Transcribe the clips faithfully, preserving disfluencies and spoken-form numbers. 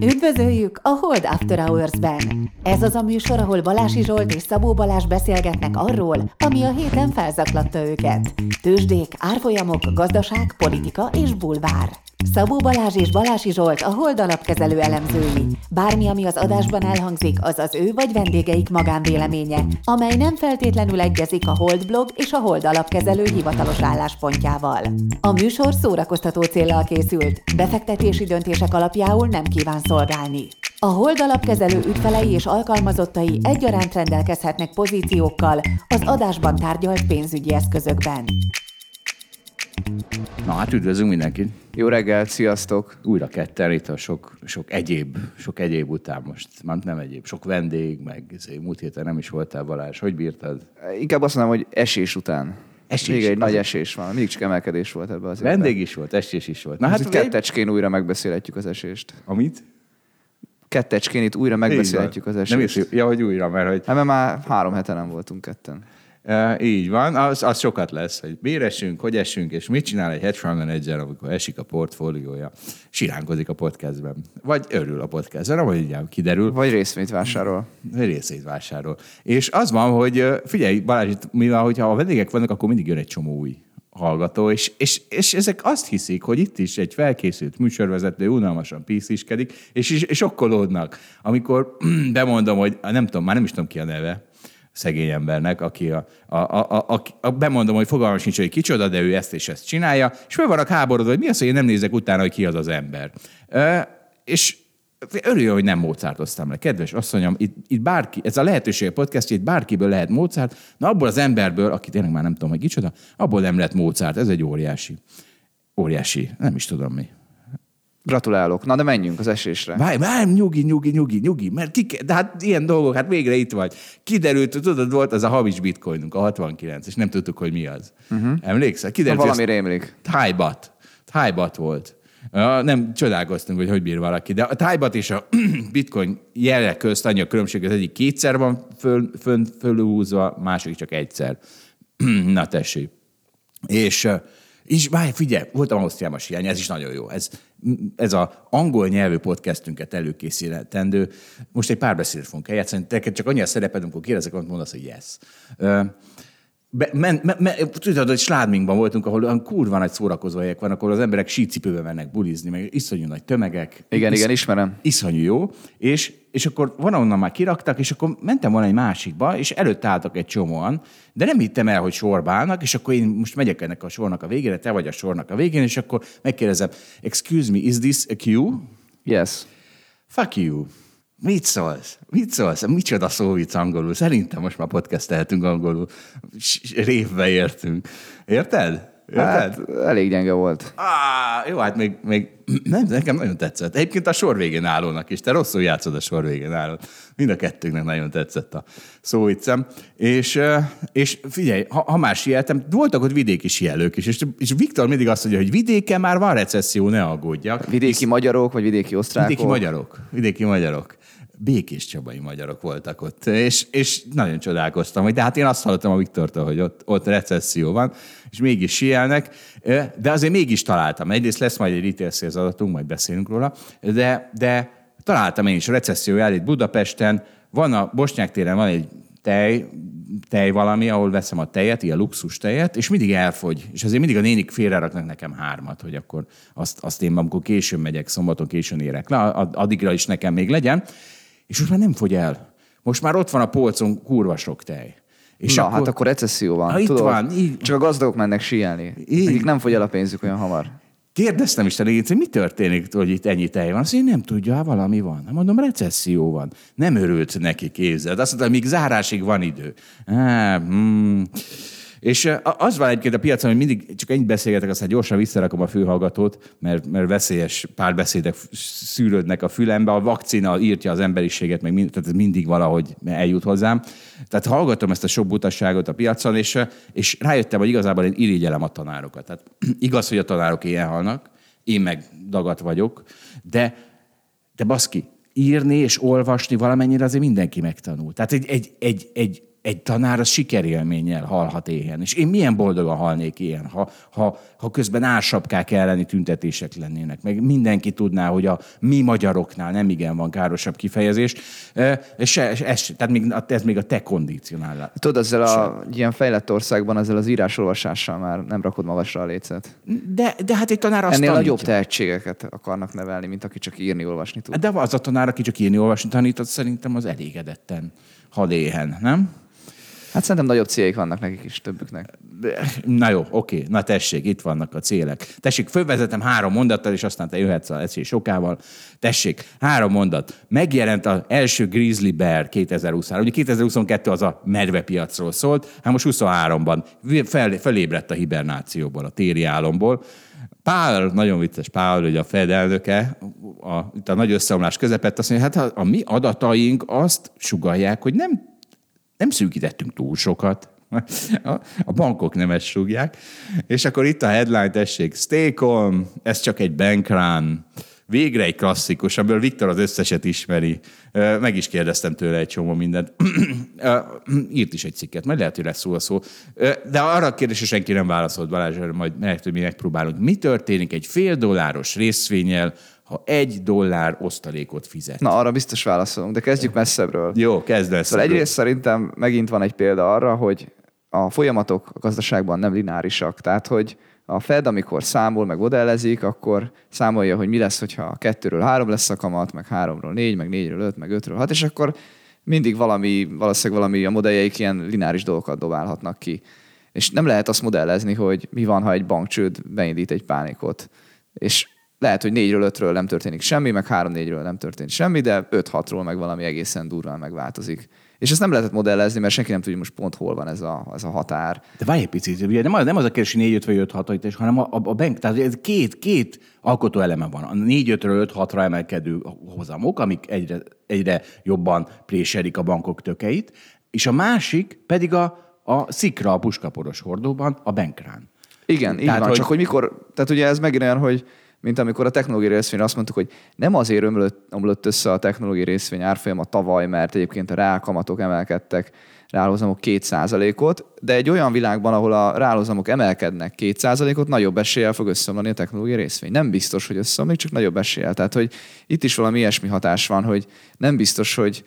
Üdvözöljük a Hold After Hours-ben! Ez az a műsor, ahol Balási Zsolt és Szabó Balázs beszélgetnek arról, ami a héten felzaklatta őket. Tőzsdék, árfolyamok, gazdaság, politika és bulvár. Szabó Balázs és Balási Zsolt a Hold alapkezelő elemzői. Bármi, ami az adásban elhangzik, az az ő vagy vendégeik magánvéleménye, amely nem feltétlenül egyezik a Hold blog és a Hold alapkezelő hivatalos álláspontjával. A műsor szórakoztató céllal készült, befektetési döntések alapjául nem kíván szolgálni. A Hold alapkezelő ügyfelei és alkalmazottai egyaránt rendelkezhetnek pozíciókkal az adásban tárgyalt pénzügyi eszközökben. Na hát üdvözlünk mindenkit. Jó reggelt, sziasztok! Újra ketten itt a sok, sok egyéb, sok egyéb után most. Már nem egyéb, sok vendég, meg múlt héten nem is voltál, Balázs. Hogy bírtad? Inkább azt mondom, hogy esés után. Esés. Még egy nagy esés van. Mindig csak emelkedés volt ebben az évben. Vendég is volt, esés is volt. Na hát kettecskén újra megbeszélhetjük az esést. Amit? Kettecskén itt újra megbeszélhetjük az esést. Nem is, ja, hogy újra, mert hogy... Hát mert már három hete nem voltunk ketten. Uh, így van, az, az sokat lesz, hogy miért esünk, hogy esünk, és mit csinál egy hedge fund manager, amikor esik a portfóliója, siránkozik a podcastben. Vagy örül a podcastben, ahogy így kiderül. Vagy részvényt vásárol. Vagy részvényt vásárol. És az van, hogy figyelj, Balázs, mivel hogyha a vendégek vannak, akkor mindig jön egy csomó új hallgató, és, és, és ezek azt hiszik, hogy itt is egy felkészült műsorvezető unalmasan pisziskedik, és, és, és okkolódnak. Amikor bemondom, hogy nem tudom, már nem is tudom ki a neve, szegény embernek, aki a, a, a, a, a, bemondom, hogy fogalmam sincs, hogy kicsoda, de ő ezt és ezt csinálja, és fel vannak háborodva, hogy mi az, hogy én nem nézek utána, hogy ki az az ember. E, és örüljön, hogy nem Mozartoztam le. Kedves asszonyom, itt, itt bárki, ez a lehetőség podcast, itt bárkiből lehet Mozart, na abból az emberből, aki tényleg már nem tudom, hogy kicsoda, abból nem lett Mozart. Ez egy óriási, óriási, nem is tudom mi. Gratulálok. Na, de menjünk az esésre. Várj, várj, nyugi, nyugi, nyugi, nyugi, mert ki, de hát ilyen dolgok, hát végre itt vagy. Kiderült, tudod, volt az a hamis bitcoinunk, a hatvankilenc, és nem tudtuk, hogy mi az. Uh-huh. Emlékszel? Kiderült, ha valami rémlik. Thai-bat. Thai-bat volt. Nem csodálkoztunk, hogy hogy bír valaki, de a Thai-bat és a bitcoin jelek közt annyi a különbség, az egyik kétszer van föl, föl, fölhúzva, a másik csak egyszer. Na tessék. És... És várj, figyelj, voltam Ausztriában síelni, ez is nagyon jó. Ez, ez az angol nyelvű podcastünket előkészítendő. Most egy párbeszédet fogunk eljátszani. Neked csak annyi a szereped, amikor kérdezek, amit mondasz, hogy yes. Be, men, me, me, tudod, hogy Sládmingban voltunk, ahol olyan kurva nagy szórakozó helyek vannak, ahol az emberek sícipőben mennek bulizni, meg iszonyú nagy tömegek. Igen, isz, igen, ismerem. Iszonyú jó. És, és akkor van, onnan már kiraktak, és akkor mentem volna egy másikba, és előtt álltak egy csomóan, de nem hittem el, hogy sorba állnak, és akkor én most megyek ennek a sornak a végére, te vagy a sornak a végén, és akkor megkérdezem, excuse me, is this a queue? Yes. Fuck you. Mit szólsz? Mit szólsz? Micsoda szóvic angolul? Szerintem most már podcastelhetünk angolul. Révbe értünk. Érted? Érted? Hát, elég gyenge volt. Ah, jó, hát még, még nem, nekem nagyon tetszett. Egyébként a sor végén állónak is. Te rosszul játszod a sor végén állót. Mind a kettőnknek nagyon tetszett a szóviccem. És, és figyelj, ha, ha már sieltem, voltak ott vidéki sielők is, és, és Viktor mindig azt mondja, hogy vidéken már van recesszió, ne aggódjak. Vidéki Hisz... magyarok, vagy vidéki osztrákok? Vidéki magyarok. Vidéki magyarok. Békés csabai magyarok voltak ott, és, és nagyon csodálkoztam, hogy de hát én azt hallottam a Viktortól, hogy ott, ott recesszió van, és mégis sielnek, de azért mégis találtam. Egyrészt lesz majd egy retail sales adatunk, majd beszélünk róla, de, de találtam én is recesszió jelét Budapesten, van a Bosnyák téren van egy tej, tej valami, ahol veszem a tejet, ilyen luxus tejet, és mindig elfogy. És azért mindig a nénik félreraknak nekem hármat, hogy akkor azt, azt én, amikor későn megyek, szombaton későn érek le, addigra is nekem még legyen. És most már nem fogy el. Most már ott van a polcon kurva sok tej. És Na, akkor... hát akkor recesszió van. Ha, itt Tudod, van. Így... Csak a gazdagok mennek síelni. Nekik nem fogy el a pénzük olyan hamar. Kérdeztem is elég, hogy mi történik, hogy itt ennyi tej van. Azt mondja, nem tudja, valami van. Mondom, recesszió van. Nem örült neki, képzeld. Azt mondta, míg zárásig van idő. Ah, hmm. És az van egyébként a piacon, hogy mindig csak ennyit beszélgetek, aztán gyorsan visszarakom a fülhallgatót, mert, mert veszélyes párbeszédek szűrődnek a fülembe. A vakcina írtja az emberiséget, meg mind, tehát ez mindig valahogy eljut hozzám. Tehát hallgatom ezt a sok butasságot a piacon, és, és rájöttem, hogy igazából én irigyelem a tanárokat. Tehát igaz, hogy a tanárok éhen halnak, én meg dagat vagyok, de, de baszki, írni és olvasni valamennyire azért mindenki megtanul. Tehát egy, egy, egy, egy egy tanár az sikerélménnyel halhat éhen. És én milyen boldogan halnék ilyen, ha, ha, ha közben ársapkák elleni tüntetések lennének. Meg mindenki tudná, hogy a mi magyaroknál nem igen van károsabb kifejezés. És ez, ez, tehát még, ez még a te kondicionálás. Tudod, ezzel a ilyen fejlett országban ezzel az írásolvasással már nem rakod magasra a lécet. De, de hát egy tanár azt Ennél tanítja. nagyobb tehetségeket akarnak nevelni, mint aki csak írni, olvasni tud. De az a tanár, aki csak írni, olvasni tanított, szerintem az elégedetten hal éhen, nem? Hát szerintem nagyobb céljaik vannak nekik is, többüknek. Na jó, oké, na tessék, itt vannak a célek. Tessék, fölvezetem három mondattal, és aztán te jöhetsz a eszély sokával. Tessék, három mondat. Megjelent az első Grizzly Bear kétezer-huszonhárom. Ugye kétezer-huszonkettő az a medvepiacról szólt, hát most huszonháromban fel, felébredt a hibernációból, a téli álomból. Powell, nagyon vicces Powell, ugye a Fed elnöke, a, itt a nagy összeomlás közepett azt mondja, hát a, a mi adataink azt sugallják, hogy nem Nem szűkítettünk túl sokat. A bankok nem ezt súgják. És akkor itt a headline, tessék, stay calm, ez csak egy bankrun. Végre egy klasszikus, amiből Viktor az összeset ismeri. Meg is kérdeztem tőle egy csomó mindent. Írt is egy cikket, majd lehet, hogy lesz szó a szó. De arra a kérdésre senki nem válaszolt, Balázs, majd lehet, hogy mi megpróbálunk. Mi történik egy fél dolláros részvénnyel, ha egy dollár osztalékot fizet? Na, arra biztos válaszolunk, de kezdjük messzebbről. Jó, kezd el. Szóval egyrészt szerintem megint van egy példa arra, hogy a folyamatok a gazdaságban nem lineárisak. Tehát, hogy a Fed, amikor számol, meg modellezik, akkor számolja, hogy mi lesz, hogyha kettőről három lesz a kamat, meg háromról négy, meg négyről öt, meg ötről hat, és akkor mindig valami, valószínűleg valami a modelljeik ilyen lineáris dolgokat dobálhatnak ki. És nem lehet azt modellezni, hogy mi van, ha egy bankcsőd beindít egy pánikot. És lehet, hogy négyről ötről nem történik semmi, meg három-négyről nem történik semmi, de öt-hatról meg valami egészen durván megváltozik. És ezt nem lehetett modellezni, mert senki nem tudja, most pont hol van ez a, ez a határ. De várj egy picit, ugye nem az, nem az a kérdés, hogy négy-öt vagy öt-hat, hanem a, a, a bank, tehát ez két, két alkotó eleme van. A négy-ötről öt-hatra emelkedő hozamok, amik egyre, egyre jobban préselik a bankok tökeit, és a másik pedig a, a szikra a puskaporos hordóban, a bankrun. Igen, így van, hogy... csak hogy mikor, tehát ugye ez megint olyan, hogy mint amikor a technológiai részvényre azt mondtuk, hogy nem azért ömlött, ömlött össze a technológiai részvény árfolyama tavaly, mert egyébként a reálkamatok emelkedtek reálhozamok két százalékot, de egy olyan világban, ahol a reálhozamok emelkednek két százalékot, nagyobb eséllyel fog összeomlani a technológiai részvény. Nem biztos, hogy összeomlik, csak nagyobb eséllyel. Tehát, hogy itt is valami ilyesmi hatás van, hogy nem biztos, hogy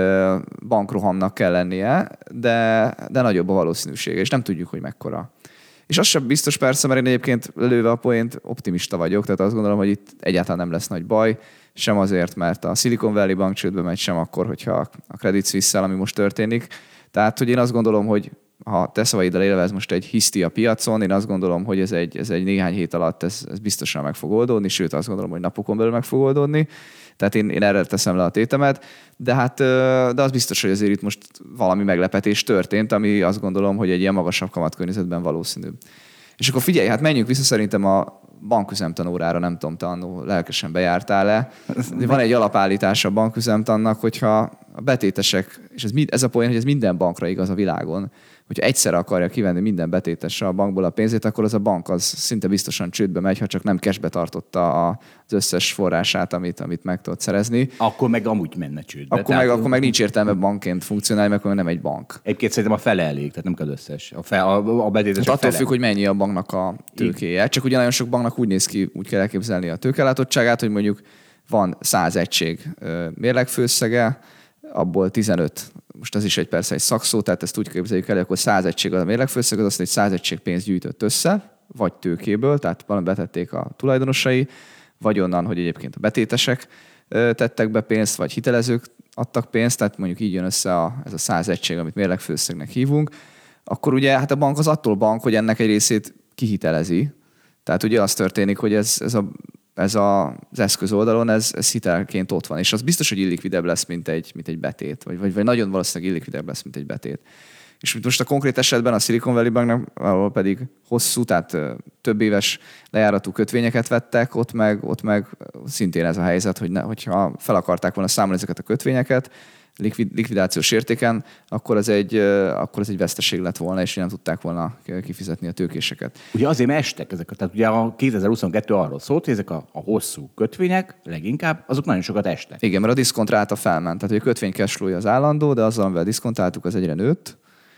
bankrohamnak kell lennie, de, de nagyobb a valószínűsége, és nem tudjuk, hogy mekkora. És az sem biztos persze, mert én egyébként lőve a poént optimista vagyok, tehát azt gondolom, hogy itt egyáltalán nem lesz nagy baj, sem azért, mert a Silicon Valley Bank csődbe megy, sem akkor, hogyha a Credit Suisse-szel, ami most történik. Tehát, hogy én azt gondolom, hogy ha te szavaiddal élve ez most egy hiszti a piacon, én azt gondolom, hogy ez egy, ez egy néhány hét alatt ez, ez biztosan meg fog oldódni, sőt azt gondolom, hogy napokon belül meg fog oldódni. Tehát én, én erre teszem le a tétemet, de hát de az biztos, hogy azért itt most valami meglepetés történt, ami azt gondolom, hogy egy ilyen magasabb kamatkörnyezetben valószínű. És akkor figyelj, hát menjünk vissza szerintem a banküzemtanórára, nem tudom, te annó lelkesen bejártál-e. Van egy alapállítása a banküzemtannak, hogyha a betétesek, és ez, ez a poén, hogy ez minden bankra igaz a világon, hogyha egyszerre akarja kivenni minden betétesre a bankból a pénzét, akkor az a bank az szinte biztosan csődbe megy, ha csak nem cashbe tartotta az összes forrását, amit, amit meg tudott szerezni. Akkor meg amúgy menne csődbe. Akkor, tehát... meg, akkor meg nincs értelme bankként funkcionálni, mert akkor nem egy bank. Egyébként szerintem a fele elég, tehát nem kell összes. A, fe, a, a betétesek hát attól fele. függ, hogy mennyi a banknak a tőkéje. Csak ugye nagyon sok banknak úgy néz ki, úgy kell elképzelni a tőkelátottságát, hogy mondjuk van száz egység mérlegfőszege, abból tizenöt, most ez is egy persze egy szakszó, tehát ezt úgy képzeljük el, akkor száz egység a mérlegfőszeg, az azt, hogy száz egység pénzt gyűjtött össze, vagy tőkéből, tehát valami betették a tulajdonosai, vagy onnan, hogy egyébként a betétesek tettek be pénzt, vagy hitelezők adtak pénzt, tehát mondjuk így jön össze a, ez a száz egység, amit mérlegfőszegnek hívunk, akkor ugye hát a bank az attól bank, hogy ennek egy részét kihitelezi. Tehát ugye az történik, hogy ez, ez a ez a, az eszköz oldalon, ez, ez hitelként ott van. És az biztos, hogy illikvidebb lesz, mint egy, mint egy betét. Vagy, vagy, vagy nagyon valószínűleg illikvidebb lesz, mint egy betét. És most a konkrét esetben a Silicon Valley Banknak, ahol pedig hosszú, tehát több éves lejáratú kötvényeket vettek, ott meg, ott meg szintén ez a helyzet, hogy ne, hogyha fel akarták volna számolni ezeket a kötvényeket, likvid, likvidációs értéken, akkor ez, egy, akkor ez egy veszteség lett volna, és nem tudták volna kifizetni a tőkéseket. Ugye azért estek ezek, tehát ugye a kétezer-huszonkettő arról szólt, hogy ezek a, a hosszú kötvények leginkább, azok nagyon sokat estek. Igen, mert a diszkontráta felment. Tehát, hogy a kötvény cashflow-ja az állandó, de azzal, amivel diszkontáltuk, az egyre nőtt.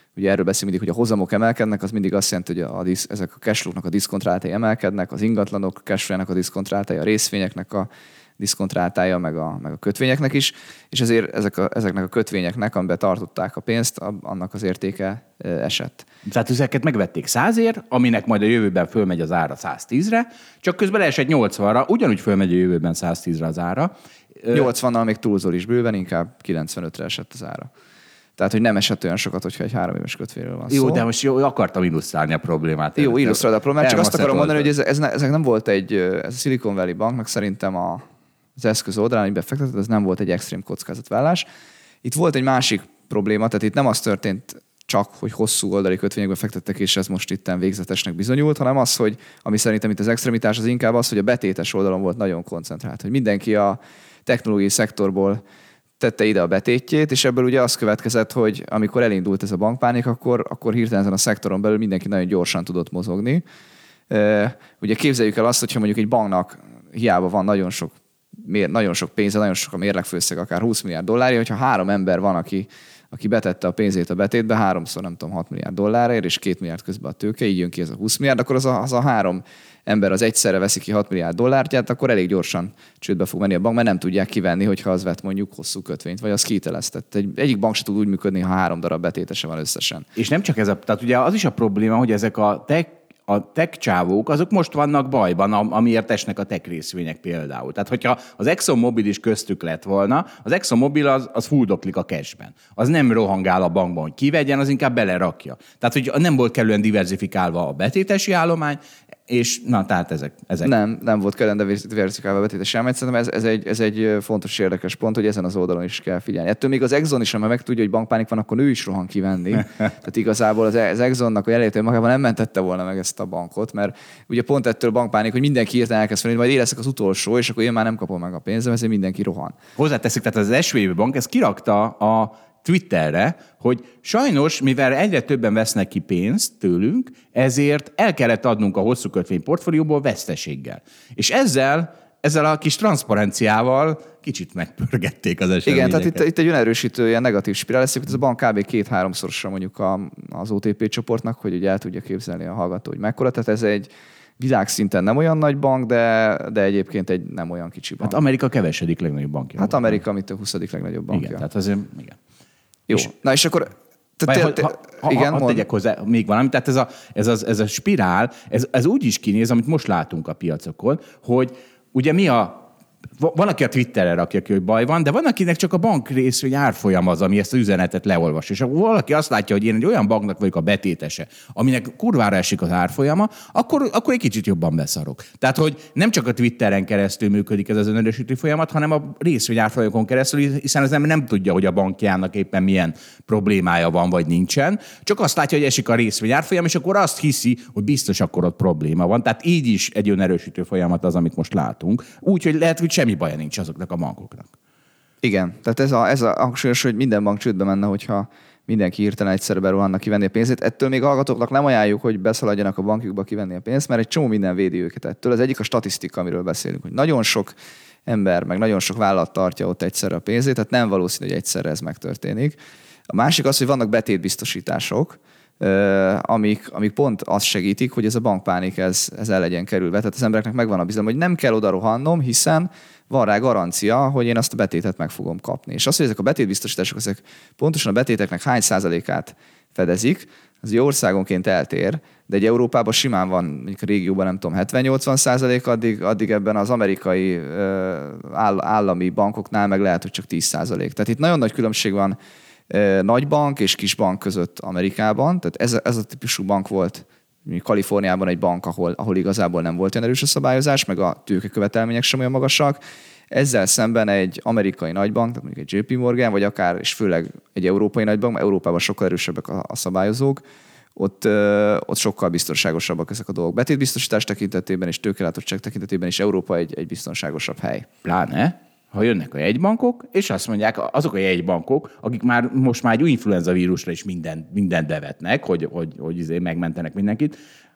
ugye erről beszél mindig, hogy a hozamok emelkednek, az mindig azt jelenti, hogy a, a, ezek a cashflow-nak a diszkontráltai emelkednek, az ingatlanok cashflow-nak a diszkontráltai, a részvényeknek a diszkontráltája, meg a, meg a kötvényeknek is, és ezért ezek a, ezeknek a kötvényeknek, amiben tartották a pénzt, annak az értéke esett. Tehát ezeket megvették százért, aminek majd a jövőben fölmegy az ára száztízre, csak közben leesett nyolcvanra, ugyanúgy fölmegy a jövőben száztízre az ára. nyolcvannal még túlzol is bőven, inkább kilencvenötre esett az ára. Tehát, hogy nem esett olyan sokat, hogyha egy három éves kötvényről van jó, szó. De most jó, akartam illusztrálni a problémát. Jó, illusztrálni a problémát, csak azt akarom mondani, hogy ez, ez, ne, ezek nem volt egy, ez a Silicon Valley Banknak szerintem a, az eszköz oldalán, amiben befektetett, ez nem volt egy extrém kockázatvállás. Itt volt egy másik probléma, tehát itt nem az történt csak, hogy hosszú oldali kötvényekbe fektettek, és ez most itten végzetesnek bizonyult, hanem az, hogy ami szerintem itt az extremitás az inkább az, hogy a betétes oldalon volt nagyon koncentrált, hogy mindenki a technológiai szektorból tette ide a betétjét, és ebből ugye az következett, hogy amikor elindult ez a bankpánik, akkor, akkor hirtelen ezen a szektoron belül mindenki nagyon gyorsan tudott mozogni. Ugye képzeljük el azt, hogyha mondjuk egy banknak hiába van nagyon sok, nagyon sok pénze, nagyon sok a mérlegfőszeg, akár húsz milliárd dollárja, hogyha három ember van, aki, aki betette a pénzét a betétbe, háromszor nem tudom, hat milliárd dollárért, és két milliárd közben a tőke, így jön ki ez a húsz milliárd, akkor az a, az a három ember az egyszerre veszi ki hat milliárd dollártját, akkor elég gyorsan csődbe fog menni a bank, mert nem tudják kivenni, hogyha az vett mondjuk hosszú kötvényt, vagy az kihiteleztett. Egy, egyik bank se tud úgy működni, ha három darab betétese van összesen. És nem csak ez a, tehát ugye az is a probléma, hogy ezek a tech a tech csávók, azok most vannak bajban, amiért esnek a tech részvények például. Tehát, hogyha az ExxonMobil is köztük lett volna, az ExxonMobil az, az fuldoklik a cashben. Az nem rohangál a bankban, hogy kivegyen, az inkább belerakja. Tehát, hogy nem volt kellően diversifikálva a betétesi állomány, és na, tehát ezek. ezek. Nem, nem volt kellően diversifikálva a betétesi állomány. Szerintem ez, ez, egy, ez egy fontos érdekes pont, hogy ezen az oldalon is kell figyelni. Ettől még az Exxon is, ha meg tudja, hogy bankpánik van, akkor ő is rohan kivenni. Tehát igazából az, az Exxonnak a jelenlétől magában nem mentette volna meg ezt a bankot, mert ugye pont ettől bankpánik, hogy mindenki hirtelen elkezd felni, hogy majd én leszek az utolsó, és akkor én már nem kapom meg a pénzem, ezért mindenki rohan. Hozzáteszik, tehát az es vé bé bank, ez kirakta a Twitterre, hogy sajnos, mivel egyre többen vesznek ki pénzt tőlünk, ezért el kellett adnunk a hosszú kötvény portfólióból veszteséggel. És ezzel, ezzel a kis transzparenciával kicsit megpörgették az eseményeket. Igen, tehát itt, itt egy önerősítő ilyen negatív spirál lesz, hogy ez a bank kb. két-háromszorosra mondjuk a, az o té pé csoportnak, hogy ugye el tudja képzelni a hallgató, hogy mekkora. Tehát ez egy világszinten nem olyan nagy bank, de, de egyébként egy nem olyan kicsi bank. Hát Amerika kevesedik legnagyobb bankja. Hát Amerika, amit a huszadik legnagyobb bankja. Igen, tehát azért, igen. Jó, és, na és akkor... Te, te, te, ha, ha, igen, ha tegyek hozzá még valamit, tehát ez a, ez a, ez a spirál, ez, ez úgy is kinéz, amit most látunk a piacokon, hogy ugye mi a van, aki a Twitterre rakja ki, hogy baj van, de van, akinek csak a bank részvény árfolyam az, ami ezt az üzenetet leolvas. És akkor valaki azt látja, hogy én egy olyan banknak vagyok a betétese, aminek kurvára esik az árfolyama, akkor, akkor egy kicsit jobban beszarok. Tehát, hogy nem csak a Twitteren keresztül működik ez az önörösítő folyamat, hanem a részvény árfolyamokon keresztül, hiszen az ember nem tudja, hogy a bankjának éppen milyen problémája van, vagy nincsen. Csak azt látja, hogy esik a részvény árfolyam, és akkor azt hiszi, hogy biztos akkor ott probléma van. Tehát így is egy önörösítő folyamat az, amit most látunk. Úgyhogy lehet, hogy semmi baja nincs azoknak a bankoknak. Igen, tehát ez a, ez a hangsúlyos, hogy minden bank csődbe menne, hogyha mindenki hirtelen egyszerre berohanna kivenni a pénzét. Ettől még hallgatóknak nem ajánljuk, hogy beszaladjanak a bankjukba kivenni a pénzt, mert egy csomó minden védi őket ettől. Az egyik a statisztika, amiről beszélünk, hogy nagyon sok ember, meg nagyon sok vállalat tartja ott egyszerre a pénzét, tehát nem valószínű, hogy egyszerre ez megtörténik. A másik az, hogy vannak betétbiztosítások, amik, amik pont azt segítik, hogy ez a bankpánik ez, ez el legyen kerülve. Tehát az embereknek megvan a bizalom, hogy nem kell oda rohannom, hiszen van rá garancia, hogy én azt a betétet meg fogom kapni. És az, hogy ezek a betétbiztosítások, ezek pontosan a betéteknek hány százalékát fedezik, az egy országonként eltér, de egy Európában simán van, mondjuk a régióban nem tudom, hetven-nyolcvan százalék, addig, addig ebben az amerikai áll, állami bankoknál meg lehet, hogy csak tíz százalék. Tehát itt nagyon nagy különbség van nagy bank és kis bank között Amerikában. Tehát ez, ez a típusú bank volt Kaliforniában egy bank, ahol, ahol igazából nem volt olyan erős a szabályozás, meg a tőkekövetelmények sem olyan magasak. Ezzel szemben egy amerikai nagybank, tehát mondjuk egy jé pé Morgan, vagy akár, és főleg egy európai nagybank, Európában sokkal erősebbek a, a szabályozók, ott, ö, ott sokkal biztonságosabbak ezek a dolgok. Betétbiztosítás tekintetében és tőkelátottság tekintetében is Európa egy, egy biztonságosabb hely. Pláne, ha jönnek a jegybankok, és azt mondják, azok a jegybankok, akik már most már egy influenza vírusra is mindent, mindent bevetnek, hogy, hogy, hogy izé megmentenek mindenkit,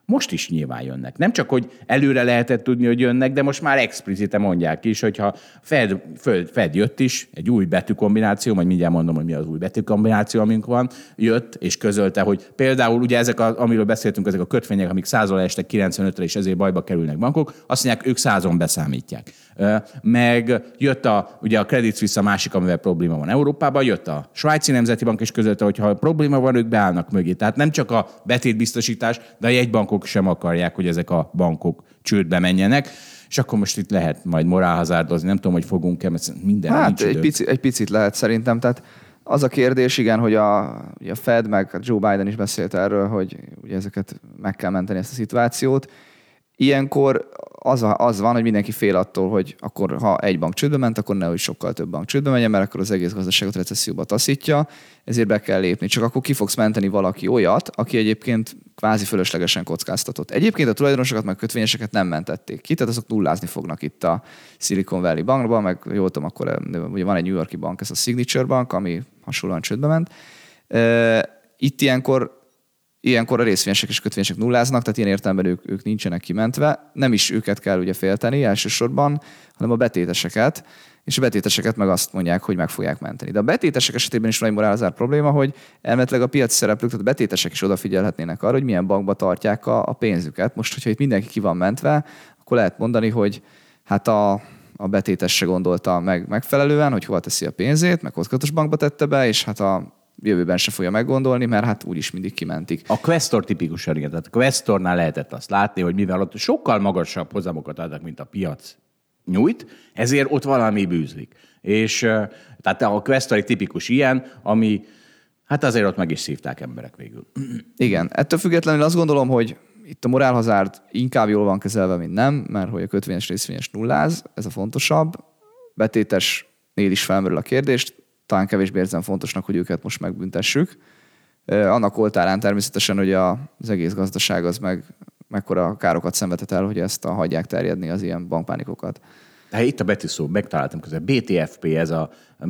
Most is nyilván jönnek. Nem csak, hogy előre lehetett tudni, hogy jönnek, de most már explicite mondják is, hogyha Fed, Fed, Fed jött is, egy új betűkombináció, majd mindjárt mondom, hogy mi az új betűkombináció, amink van, jött, és közölte, hogy például ugye ezek, a, amiről beszéltünk, ezek a kötvények, amik százról estek kilencvenötre, és ezért bajba kerülnek bankok, azt mondják, ők százon beszámítják. Meg jött a, ugye a Credit Suisse a másik, amivel probléma van Európában, jött a Svájci Nemzeti Bank, és közölte, hogy ha probléma van, ők beállnak mögé. Tehát nem csak a betétbiztosítás, de a jegybankok sem akarják, hogy ezek a bankok csődbe menjenek. És akkor most itt lehet majd morálhazárdozni, nem tudom, hogy fogunk-e, mert minden Hát egy, pici, egy picit lehet szerintem. Tehát az a kérdés, igen, hogy a, a Fed, meg Joe Biden is beszélt erről, hogy ugye ezeket meg kell menteni, ezt a szituációt. Ilyenkor az, a, az van, hogy mindenki fél attól, hogy akkor ha egy bank csődbe ment, akkor nehogy sokkal több bank csődbe menjen, mert akkor az egész gazdaságot recesszióba taszítja, ezért be kell lépni. Csak akkor ki fogsz menteni valaki olyat, aki egyébként kvázi fölöslegesen kockáztatott. Egyébként a tulajdonosokat meg kötvényeseket nem mentették ki, tehát azok nullázni fognak itt a Silicon Valley bankban, meg jól tudom, akkor ugye van egy New York-i bank, ez a Signature Bank, ami hasonlóan csődbe ment. Itt ilyenkor Ilyenkor a részvényesek és kötvényesek nulláznak, tehát ilyen értelemben ők, ők nincsenek kimentve. Nem is őket kell ugye félteni elsősorban, hanem a betéteseket, és a betéteseket meg azt mondják, hogy meg fogják menteni. De a betétesek esetében is van egy morálhazárd probléma, hogy elméletileg a piaci szereplők, tehát a betétesek is odafigyelhetnének arra, hogy milyen bankba tartják a, a pénzüket. Most, hogyha itt mindenki ki van mentve, akkor lehet mondani, hogy hát a, a betétes se gondolta meg megfelelően, hogy hova teszi a pénzét, meg kockázatos bankba tette be, és hát a jövőben se fogja meggondolni, mert hát úgyis mindig kimentik. A Questor tipikusan igen. Tehát a Questornál lehetett azt látni, hogy mivel ott sokkal magasabb hozamokat adnak, mint a piac nyújt, ezért ott valami bűzlik. És tehát a Questor egy tipikus ilyen, ami hát azért ott meg is szívták emberek végül. Igen. Ettől függetlenül azt gondolom, hogy itt a morálhazárd inkább jól van kezelve, mint nem, mert hogy a kötvényes részvényes nulláz, ez a fontosabb. Betétesnél is felmerül a kérdést, talán kevésbé érzem fontosnak, hogy őket most megbüntessük. Annak oltárán természetesen, hogy az egész gazdaság az meg mekkora károkat szenvedett el, hogy ezt a hagyják terjedni az ilyen bankpánikokat. Hát itt a betűszó, megtaláltam közben. bé té ef pé, ez a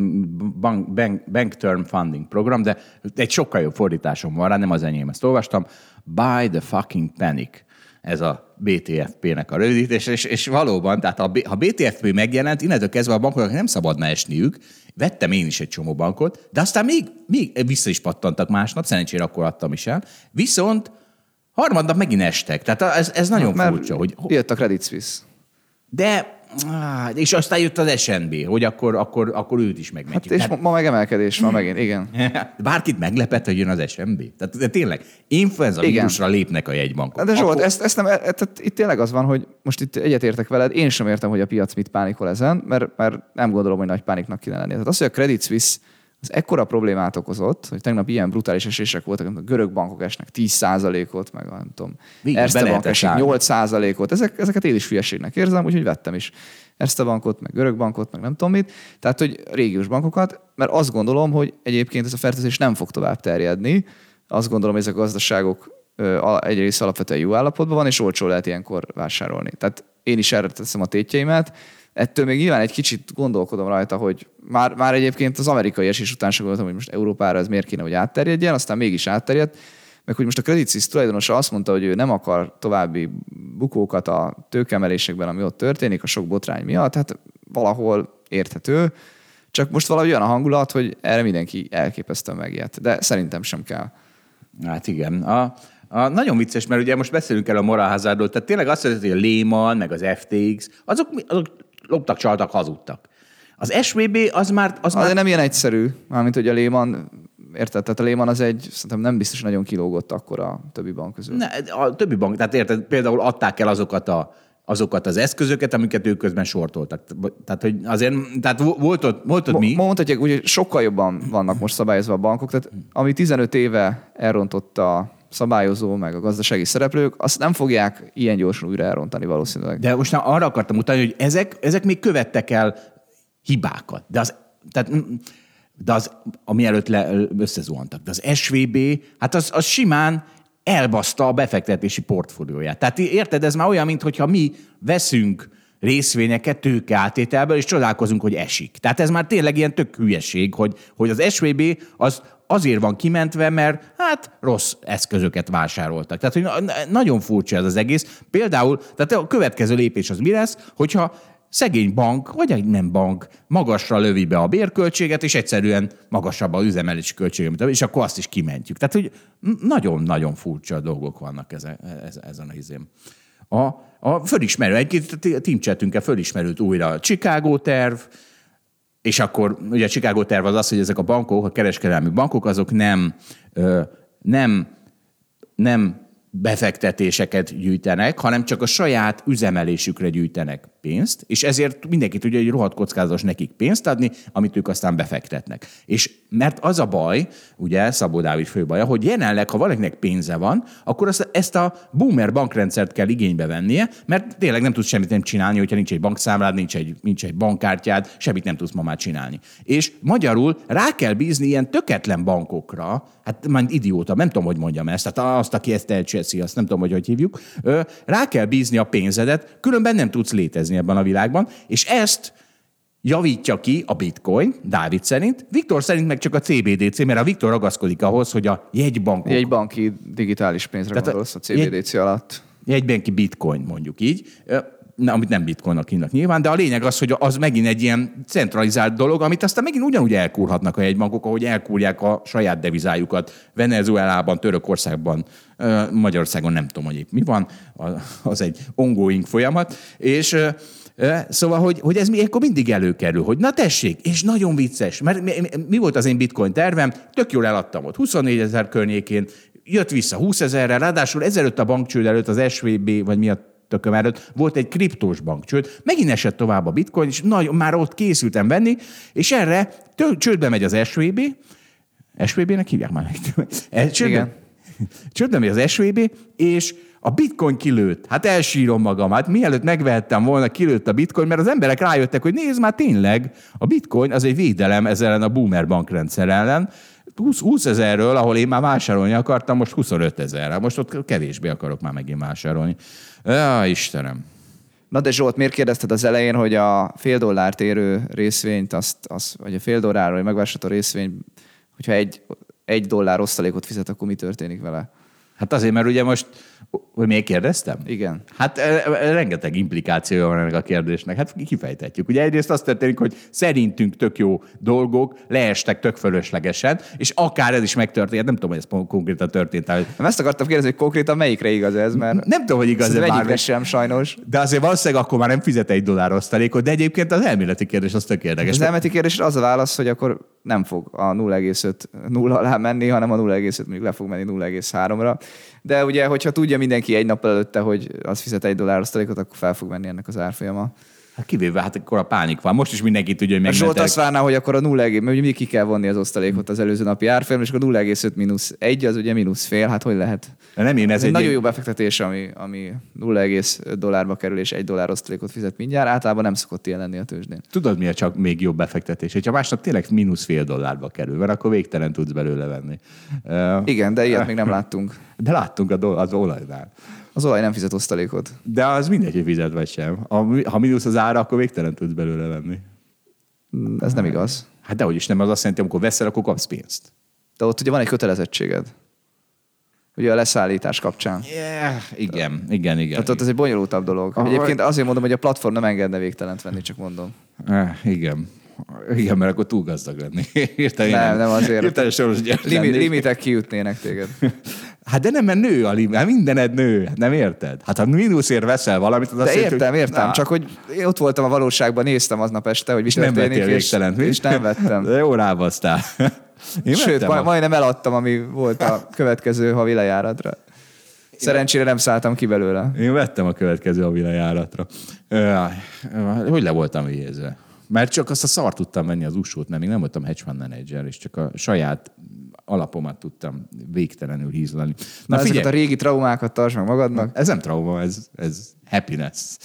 Bank, Bank, Bank Term Funding program, de egy sokkal jobb fordításom van rá, nem az enyém, ezt olvastam. Buy the fucking panic. Ez a bé té ef pé-nek a rövidítés, és, és valóban, tehát ha a bé té ef pé megjelent, innentől kezdve a bankoknak nem szabadna esniük. Vettem én is egy csomó bankot, de aztán még, még vissza is pattantak másnap, szerencsére akkor adtam is el. Viszont harmadnap megint estek. Tehát ez, ez nagyon mert furcsa. Hogy... Jött a Credit Suisse. De, és aztán jött az es en bé, hogy akkor, akkor, akkor őt is megmentjük. Hát és Tehát... ma meg emelkedés van megint, igen. Bárkit meglepett, hogy jön az es en bé? Tehát de tényleg, influenza vírusra lépnek a jegybankok. De Zsolt, akkor... ezt, ezt nem, tehát itt tényleg az van, hogy most itt egyetértek veled, én sem értem, hogy a piac mit pánikol ezen, mert, mert nem gondolom, hogy nagy pániknak kéne lennie. Tehát az, hogy a Credit Suisse az ekkora problémát okozott, hogy tegnap ilyen brutális esések voltak, hogy a görög bankok esnek tíz százalékot, meg nem tudom, Erste Bank esik nyolc százalékot. Ezek, ezeket én is hülyeségnek érzem, úgyhogy vettem is Erste Bankot, meg görög bankot, meg nem tudom mit. Tehát, hogy régiós bankokat, mert azt gondolom, hogy egyébként ez a fertőzés nem fog tovább terjedni. Azt gondolom, hogy ezek a gazdaságok egyrészt alapvetően jó állapotban van, és olcsó lehet ilyenkor vásárolni. Tehát én is erre teszem a tétjeimet. Ettől még nyilván egy kicsit gondolkodom rajta, hogy már, már egyébként az amerikai esés után sem gondoltam, hogy most Európára ez miért kéne, hogy átterjedjen, aztán mégis átterjedt, meg hogy most a Credit Suisse tulajdonosa azt mondta, hogy ő nem akar további bukókat a tőkeemelésekben, ami ott történik, a sok botrány miatt, hát valahol érthető, csak most valahogy olyan a hangulat, hogy erre mindenki elképesztően megijedt, de szerintem sem kell. Hát igen. A, a, nagyon vicces, mert ugye most beszélünk el a morálhazardról, tehát tényleg azt jelenti, hogy a Lehman, meg az ef té iksz, azok, azok loptak, csaltak, hazudtak. Az es vé bé az már... Az az már... nem ilyen egyszerű, mármint hogy a Lehman, érted? Tehát a Lehman az egy, szerintem nem biztos nagyon kilógott akkor a többi bank közül. Ne, a többi bank, tehát érted, például adták el azokat, a, azokat az eszközöket, amiket ők közben sortoltak. Tehát, hogy azért, tehát volt ott, volt ott mi... Mondhatják úgy, hogy sokkal jobban vannak most szabályozva a bankok, tehát ami tizenöt éve elrontott a szabályozó, meg a gazdasági szereplők, azt nem fogják ilyen gyorsan újra elrontani valószínűleg. De most arra akartam mutatni, hogy ezek, ezek még követtek el hibákat. De az, tehát, de az ami előtt le, összezuhantak. De az es vé bé, hát az, az simán elbaszta a befektetési portfólióját. Tehát érted, ez már olyan, mintha mi veszünk részvényeket tőkeáttételből, és csodálkozunk, hogy esik. Tehát ez már tényleg ilyen tök hülyeség, hogy, hogy az es vé bé az azért van kimentve, mert hát rossz eszközöket vásároltak. Tehát, hogy nagyon furcsa ez az egész. Például, tehát a következő lépés az mi lesz, hogyha szegény bank, vagy egy nem bank, magasra lövi be a bérköltséget, és egyszerűen magasabb az üzemelési költséget, és akkor azt is kimentjük. Tehát, hogy nagyon-nagyon furcsa dolgok vannak ezen, ezen a izén. A, a fölismerő, egy team chatünkkel fölismerült újra a Chicago terv, és akkor ugye a Chicago terv az az, hogy ezek a bankok, a kereskedelmi bankok, azok nem, nem, nem befektetéseket gyűjtenek, hanem csak a saját üzemelésükre gyűjtenek pénzt, és ezért mindenki tudja, hogy rohadt kockázatos nekik pénzt adni, amit ők aztán befektetnek. És mert az a baj, ugye Szabó Dávid főbaja, hogy jelenleg, ha valakinek pénze van, akkor azt, ezt a boomer bankrendszert kell igénybe vennie, mert tényleg nem tudsz semmit nem csinálni, hogyha nincs egy bankszámlád, nincs egy, nincs egy bankkártyád, semmit nem tudsz ma már csinálni. És magyarul rá kell bízni ilyen töketlen bankokra, hát már idióta, nem tudom, hogy mondjam ezt, tehát azt, aki ezt elcseszi, azt nem tudom, hogy hogy hívjuk, rá kell bízni a pénzedet, különben nem tudsz létezni ebben a világban, és ezt javítja ki a bitcoin, Dávid szerint, Viktor szerint meg csak a cé bé dé cé, mert a Viktor ragaszkodik ahhoz, hogy a jegybankok... Jegybanki digitális pénzre gondolsz a cé bé dé cé jegy, alatt. Jegybanki bitcoin, mondjuk így, amit nem bitcoinnak hívnak nyilván, de a lényeg az, hogy az megint egy ilyen centralizált dolog, amit aztán megint ugyanúgy elkúrhatnak a jegybankok, ahogy elkúrják a saját devizájukat Venezuelában, Törökországban, Magyarországon nem tudom, hogy épp mi van, az egy ongoing folyamat, és szóval, hogy, hogy ez akkor mindig előkerül, hogy na tessék, és nagyon vicces, mert mi, mi volt az én bitcoin tervem, tök jól eladtam ott huszonnégyezer környékén, jött vissza húszezerre, ráadásul ezelőtt a bankcsőd előtt az es vé bé, vagy mi a tököm előtt, volt egy kriptós bankcsőd, megint esett tovább a bitcoin, és nagyon, már ott készültem venni, és erre tő, csődbe megy az es vé bé, es vé bé-nek hívják már meg. Csődbe, csődbe megy az es vé bé, és a bitcoin kilőtt. Hát elsírom magam. Hát mielőtt megvehettem volna, kilőtt a bitcoin, mert az emberek rájöttek, hogy nézd már tényleg, a bitcoin az egy védelem ezzel ellen a boomer bankrendszer ellen. húsz ezerről, ahol én már vásárolni akartam, most huszonöt ezerre. Most ott kevésbé akarok már megint vásárolni. Ja, Istenem. Na de Zsolt, miért kérdezted az elején, hogy a fél dollárt érő részvényt, azt, azt, vagy a fél dollárról megvásárolható részvény, hogyha egy, egy dollár osztalékot fizet, akkor mi történik vele? Hát azért, mert ugye most, hogy még kérdeztem? Igen. Hát rengeteg implikációja van ennek a kérdésnek. Hát kifejtetjük. Ugye egyrészt azt történik, hogy szerintünk tök jó dolgok leestek tök fölöslegesen, és akár ez is megtörtént, nem tudom, hogy ez konkrétan történt. Nem ezt akartam kérdezni, hogy konkrétan melyikre igaz ez, mert nem tudom, hogy igaz ez egyikre sem sajnos. De azért valószínűleg akkor már nem fizet egy dollár osztalékot, de egyébként az elméleti kérdés az tök érdekes. Az elméleti kérdésre az a válasz, hogy akkor nem fog a nulla egész öt nulla alá menni, hanem a nulla egész öt mondjuk le fog menni nulla egész háromra. De ugye, hogyha tudja mindenki egy nappal előtte, hogy az fizet egy dollár osztalékot, akkor fel fog menni ennek az árfolyama. Hát kivéve, hát akkor a pánik van. Most is mindenki tudja, hogy megmentek. Zsolt azt várná, hogy akkor a nulla egész, mert ugye ki kell vonni az osztalékot az előző napi árfolyam, és akkor nulla egész öt mínusz egy, az ugye mínusz fél, hát hogy lehet? De nem én, ez, ez egy nagyon egy... jó befektetés, ami, ami nulla egész öt dollárba kerül, és egy dollár osztalékot fizet mindjárt. Általában nem szokott ilyen lenni a tőzsdén. Tudod, mi a csak még jobb befektetés? Hogyha másnap tényleg mínusz fél dollárba kerül, mert akkor végtelen tudsz belőle venni. Igen, de ilyet még nem láttunk. De láttunk az olajnál. Az olaj nem fizet osztalékot. De az mindegy, hogy fizet vagy sem. Ha mínusz az ára, akkor végtelen tudsz belőle venni. Ez nem igaz. Hát dehogy is nem, az azt jelenti, amikor veszel, akkor kapsz pénzt. De ott ugye van egy kötelezettséged. Ugye a leszállítás kapcsán. Yeah, igen, igen, igen. Tehát ott ez egy bonyolultabb dolog. Aha. Egyébként azért mondom, hogy a platform nem engedne végtelent venni, csak mondom. Eh, igen. Igen, mert akkor túl gazdag lenni. Értem, nem, nem, nem azért. Értem, soros Limi, limitek kiütnének téged. Hát de nem, mert nő a limit. Hát mindened nő. Nem érted? Hát ha mínuszért veszel valamit, az de azt értem, hogy... értem. Na. Csak hogy én ott voltam a valóságban, néztem aznap este, hogy mi történik, és, és, és nem vettem. De jó rábasztál. Én Sőt, majd, majdnem eladtam, ami volt a következő havi lejáratra. Szerencsére nem szálltam ki belőle. Én vettem a következő havi lejáratra. Hogy le voltam vézve? Mert csak azt a szart tudtam venni az usót, mert még nem voltam hedge fund manager, és csak a saját alapomat tudtam végtelenül hízlani. Na, Na ezeket a régi traumákat tartsd meg magadnak. Ez nem trauma, ez, ez happiness.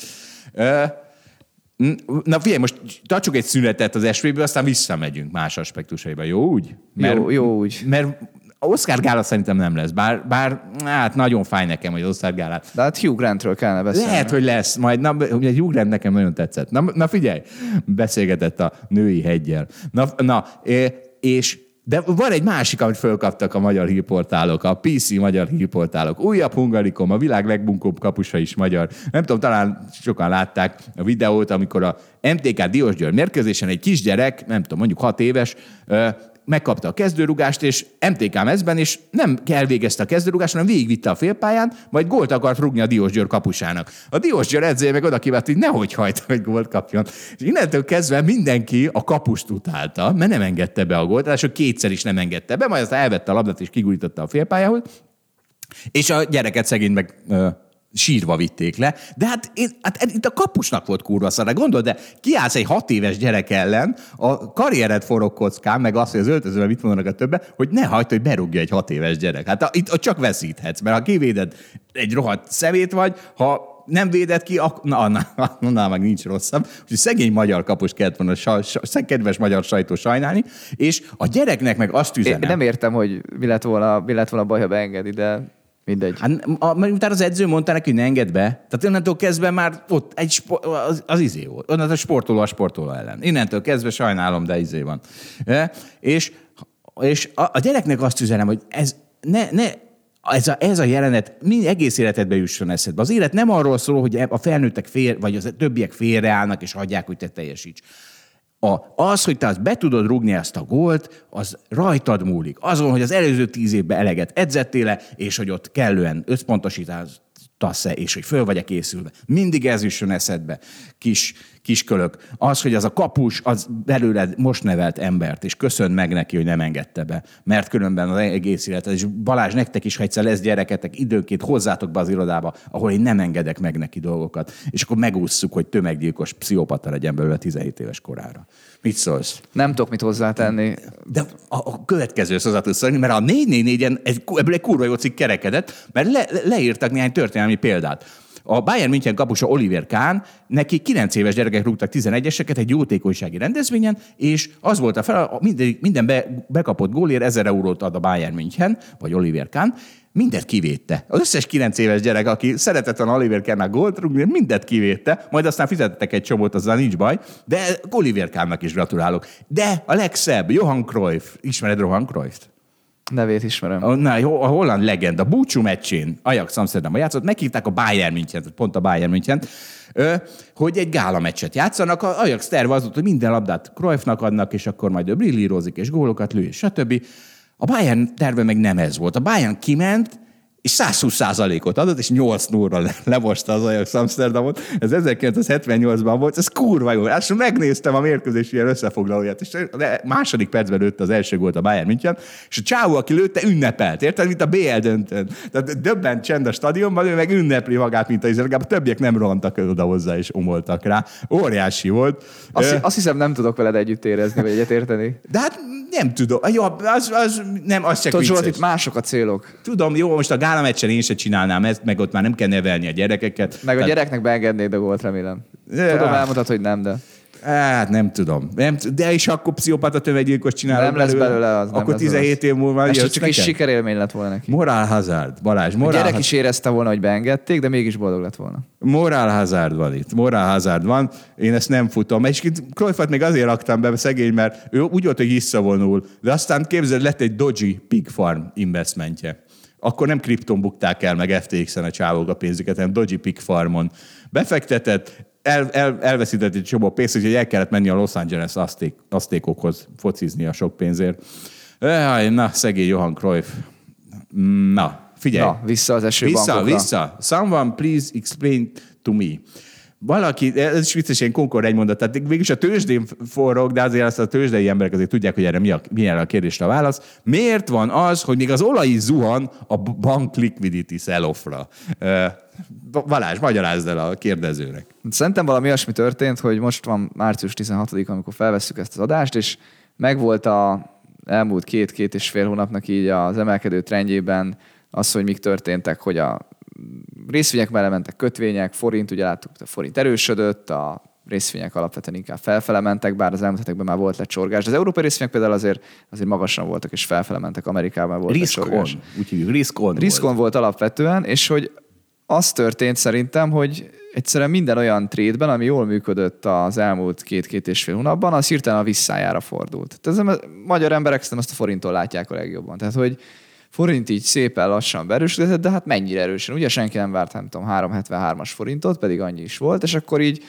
Na figyelj, most tartsuk egy szünetet az es vé bé, aztán visszamegyünk más aspektusaiba. Jó úgy? Mert, jó, jó úgy. Mert Oscar gála szerintem nem lesz, bár, bár hát nagyon fáj nekem, hogy Oscar gálát. De hát Hugh Grantről kellene beszélni. Lehet, hogy lesz. Majd, na, ugye Hugh Grant nekem nagyon tetszett. Na, na figyelj, beszélgetett a női heggyel. Na, na és De van egy másik, amit fölkaptak a magyar hírportálok, a pé cé magyar hírportálok. Újabb Hungarikum, a világ legbunkóbb kapusa is magyar. Nem tudom, talán sokan látták a videót, amikor a em té ká Diósgyőr mérkőzésen egy kisgyerek, nem tudom, mondjuk hat éves, megkapta a kezdőrugást, és em té ká mezben, és nem elvégezte a kezdőrugást, hanem végigvitte a félpályán, majd gólt akart rúgni a Diósgyőr kapusának. A Diósgyőr edzője meg oda kívánt, hogy nehogy hajt, hogy gólt kapjon. És innentől kezdve mindenki a kapust utálta, mert nem engedte be a gólt, ráadásul kétszer is nem engedte be, majd aztán elvette a labdát és kigurította a félpályához, és a gyereket szegény meg sírva vitték le, de hát, én, hát itt a kapusnak volt kurva szar, gondold, de kiállsz egy hat éves gyerek ellen, a karriered forog kockán, meg azt, hogy az öltözőben mit mondanak a többe, hogy ne hagyd, hogy berúgja egy hat éves gyerek. Hát a, itt csak veszíthetsz, mert ha kivéded, egy rohadt szemét vagy, ha nem véded ki, akkor na, na, na, na, meg nincs rosszabb. Úgyhogy szegény magyar kapust kellett volna, sa, sa, kedves magyar sajtó sajnálni, és a gyereknek meg azt üzenem. Én nem értem, hogy mi lett volna, mi lett volna baj, ha beengedi, de mindegy. Hát, mert utána az edző mondta neki, hogy ne engedd be. Tehát onnantól kezdve már ott egy sport, az, az izé volt. Onnantól sportoló a sportoló ellen. Innentől kezdve sajnálom, de izé van. E, és és a, a gyereknek azt üzenem, hogy ez ne, ne ez a, ez a jelenet mind egész életedbe jusson eszedbe. Az élet nem arról szól, hogy a felnőttek fél, vagy a többiek félreállnak, és hagyják, hogy te teljesíts. A, az, hogy te azt be tudod rúgni ezt a gólt, az rajtad múlik. Azon, hogy az előző tíz évben eleget edzettél, és hogy ott kellően összpontosítasz-e, és hogy föl vagy-e készülve. Mindig ez jusson eszedbe, kis, kiskölök. Az, hogy az a kapus, az belőled most nevelt embert, és köszönd meg neki, hogy nem engedte be. Mert különben az egész életed, és Balázs, nektek is, ha egyszer lesz gyereketek, időnként hozzátok be az irodába, ahol én nem engedek meg neki dolgokat. És akkor megússzuk, hogy tömeggyilkos pszichopata legyen belőle tizenhét éves korára. Mit szólsz? Nem tudok mit hozzátenni. De a, a következő hozzá tudsz szólni, mert a négy négy négyen egy, ebből egy kurva jó cikk kerekedett, mert le, leírtak néhány történelmi példát. A Bayern München kapusa Oliver Kahn, neki kilenc éves gyerekek rúgtak tizenegyeseket egy jótékonysági rendezvényen, és az volt a fel, minden, minden be, bekapott gólért ezer eurót ad a Bayern München, vagy Oliver Kahn, mindet kivédte. Az összes kilenc éves gyerek, aki szeretett volna Oliver Kahnnak gólt rúgni, mindet kivédte, majd aztán fizettek egy csomót, azzal nincs baj, de Oliver Kahnnak is gratulálok. De a legszebb, Johan Cruyff. Ismered Johan Cruyff-t? Nevét ismerem. A, na, a holland legenda, Búcsú meccsén, Ajax Amsterdamban játszott, meghívták a Bayern München, pont a Bayern München, hogy egy gála meccset játszanak. A Ajax terve az volt, hogy minden labdát Cruyffnak adnak, és akkor majd ő brillírozik, és gólokat lő, és stb. A Bayern terve meg nem ez volt. A Bayern kiment, és száz húsz százalékot adott, és nyolc nullra lemosta az Ajax Amsterdamot. Ez ezerkilencszázhetvennyolcban volt, ez kurva jó. És megnéztem a mérkőzés ilyen összefoglalóját, és a második percben lőtte az első gólt a Bayern München, és a csávó, aki lőtte, ünnepelt, érted? Mint a bé el döntőn. Tehát döbbent csend a stadionban, ő meg ünnepli magát, mint a izraelgább. A többiek nem rohantak oda hozzá, és omoltak rá. Óriási volt. Azt, azt hiszem, nem tudok veled együtt érezni, vagy egyet érteni. De hát nem tudom. Jó, az, az nem, az csak vicces. Itt mások a célok. Tudom, jó, most a gála meccsen én se csinálnám ezt, meg ott már nem kell nevelni a gyerekeket. Meg a Tehát... gyereknek beengednéd a gólt, remélem. Ja. Tudom, elmutat, hogy nem, de... Hát nem tudom. Nem, de is akkor pszichopata tömeggyilkos csinálok Nem lesz belőle az. Akkor tizenhét év múlva jössz neked? Csak egy sikerélmény lett volna neki. Moral hazard, Balázs. Moral a gyerek hazard. is érezte volna, hogy beengedték, de mégis boldog lett volna. Moral hazard van itt. Moral hazard van. Én ezt nem futom. És Cruyffot még azért raktam be, szegény, mert ő úgy volt, hogy visszavonul. De aztán képzeld, lett egy Dodgy Pig Farm investmentje. Akkor nem kripton bukták el, meg ef té iksen a csávók a pénzüket, hanem Dodgy Pig Farmon befektetett, el, el, elveszített egy csomó pénzt, úgyhogy el kellett menni a Los Angeles Aztékokhoz focizni a sok pénzért. Na, szegény Johan Cruyff. Na, figyelj. Na, vissza az Vissza, esőbankokra. vissza. Someone please explain to me. Valaki, ez is vicces, ilyen Concord egy mondat, tehát végülis a tőzsdén forrog, de azért azt a tőzsdei emberek azért tudják, hogy erre mi a, milyen a kérdésre a válasz. Miért van az, hogy még az olaj is zuhan a bank liquidity sell-offra? Balázs, magyarázd el a kérdezőnek. Szerintem valami olyasmi történt, hogy most van március tizenhatodika, amikor felvesszük ezt az adást, és megvolt a elmúlt két-két és fél hónapnak így az emelkedő trendjében az, hogy mik történtek, hogy a részvények mellé mentek kötvények, forint, ugye láttuk, a forint erősödött, a részvények alapvetően inkább felfele mentek, bár az elmúlt hetekben már volt lecsorgás. De az európai részvények például azért, azért magasan voltak, és felfele mentek, Amerikában volt risk lecsorgás. On, úgy hívjuk, risk on. Risk on volt. volt alapvetően, és hogy az történt szerintem, hogy egyszerűen minden olyan trade-ben, ami jól működött az elmúlt két-két és fél hónapban, az hirtelen a visszájára fordult. Tehát ez a magyar emberek szerintem azt a forinttól látják a legjobban. Tehát, hogy forint így szépen lassan beerősödött, de hát mennyire erősen. Ugye senki nem várt, nem tudom, három hetvenhármas forintot, pedig annyi is volt, és akkor így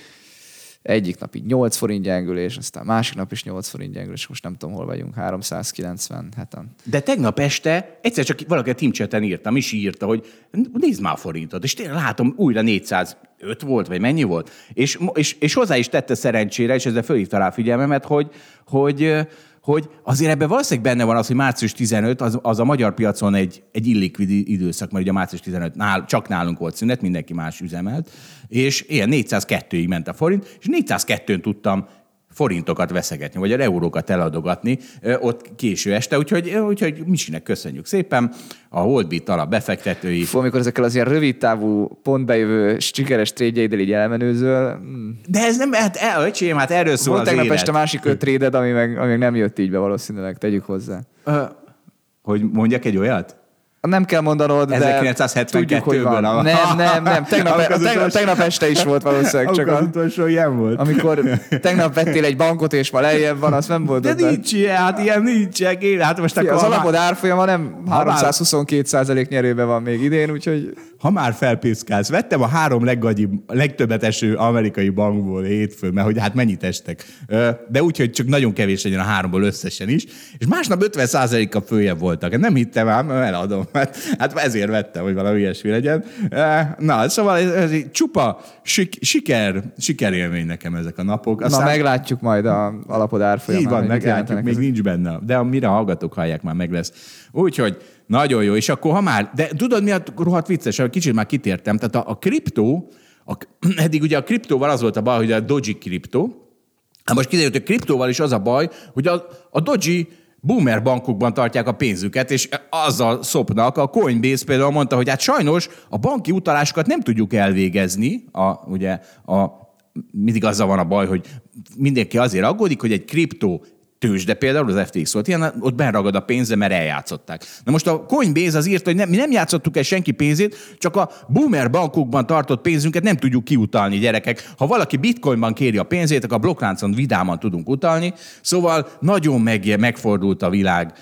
egyik nap így nyolc forint gyengülés, aztán másik nap is nyolc forint gyengülés, most nem tudom, hol vagyunk, háromszázkilencvenheten. De tegnap este egyszer csak valaki a Team Chat-en írtam, is írta, hogy nézd már a forintot, és tényleg látom, újra négyszázöt volt, vagy mennyi volt, és, és, és hozzá is tette szerencsére, és ezzel fölhívta rá figyelmemet, hogy, hogy hogy azért ebben valószínűleg benne van az, hogy március tizenötödike az, az a magyar piacon egy, egy illikvid időszak, mert ugye a március tizenötödike nál, csak nálunk volt szünet, mindenki más üzemelt, és ilyen négyszázkettőig ment a forint, és négyszázkettőn tudtam forintokat veszegetni, vagy a eurókat eladogatni ott késő este, úgyhogy, úgyhogy Misinek köszönjük szépen, a Holdbit alap befektetői. Fú, amikor ezekkel az ilyen rövid távú, pontbejövő, sikeres trédjeiddel így elmenőzöl. De ez nem, hát el, öcsém, hát erről szól volt az tegnap élet. este másik öt tréded, ami meg, ami meg nem jött így be valószínűleg, tegyük hozzá. Uh, hogy mondjak egy olyat? Nem kell mondanod, de ezerkilencszázhetvenkettőből tudjuk, hogy van. A... Nem, nem, nem. Tegnap, tegnap, tegnap, tegnap este is volt valószínűleg. Csak az utolsó ilyen volt. Amikor tegnap vettél egy bankot, és ma lejjebb van, azt nem volt. De nincs ilyen, hát ilyen nincsen. Én, hát most Fia, akkor, az alapod már... árfolyama nem ha háromszázhuszonkettő százalék nyerőben van még idén, úgyhogy... Ha már felpiszkálsz, vettem a három leggagyibb, legtöbbet eső amerikai bankból hétfőn, mert hogy hát mennyit estek. De úgy, hogy csak nagyon kevés legyen a háromból összesen is, és másnap ötven százalékkal följebb voltak. Nem hittem ám, eladom. Hát, hát ezért vettem, hogy valami ilyesmi legyen. Na, szóval ez, ez csupa sik, siker, sikerélmény nekem ezek a napok. Aztán... Na, meglátjuk majd a alapod árfolyamán. Így van, meglátjuk, még nincs benne. De amire a hallgatók hallják, már meg lesz. Úgyhogy nagyon jó, és akkor ha már, de tudod mi a rohadt vicces, hogy kicsit már kitértem, tehát a, a kriptó, a, eddig ugye a kriptóval az volt a baj, hogy a Doji kriptó, hát most kiderült, hogy a kriptóval is az a baj, hogy a, a Doji boomer bankokban tartják a pénzüket, és azzal szopnak. A Coinbase például mondta, hogy hát sajnos a banki utalásokat nem tudjuk elvégezni, a, ugye a, mindig azzal van a baj, hogy mindenki azért aggódik, hogy egy kriptó tőzsde például, az ef té iksz volt ilyen, ott beragad a pénze, mert eljátszották. Na most a Coinbase az írta, hogy nem, mi nem játszottuk el senki pénzét, csak a boomer bankokban tartott pénzünket nem tudjuk kiutalni, gyerekek. Ha valaki bitcoinban kéri a pénzét, akkor a blokkláncon vidáman tudunk utalni. Szóval nagyon meg, megfordult a világ.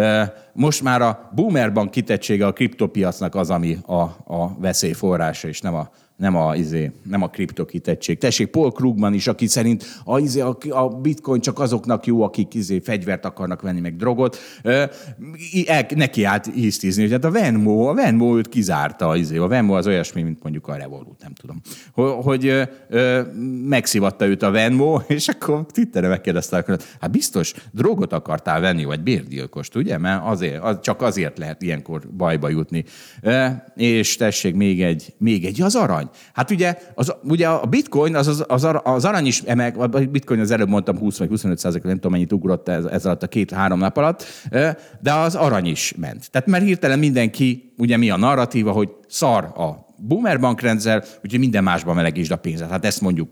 Most már a boomer bank kitettsége a kriptopiacnak az, ami a, a veszélyforrása, és nem a Nem a, izé, nem a kriptokitettség. Tessék, Paul Krugman is, aki szerint a, izé, a, a bitcoin csak azoknak jó, akik izé, fegyvert akarnak venni, meg drogot. El, neki állt hisztizni, hogy hát a Venmo, a Venmo őt kizárta. Izé. A Venmo az olyasmi, mint mondjuk a Revolut, nem tudom. Hogy ö, megszivatta őt a Venmo, és akkor Twitterre megkérdezte, hogy hát biztos drogot akartál venni, vagy bérgyilkost, ugye? Mert azért, az, csak azért lehet ilyenkor bajba jutni. És tessék, még egy, még egy, az arany. Hát ugye, az, ugye a bitcoin, az, az, az, az arany is emel, a bitcoin az előbb mondtam húsz vagy huszonöt százalék, nem tudom mennyit ugrott ez, ez alatt a két-három nap alatt, de az arany is ment. Tehát mert hirtelen mindenki, ugye mi a narratíva, hogy szar a boomer bankrendszer, úgyhogy minden másban melegítsd a pénzet. Hát ezt mondjuk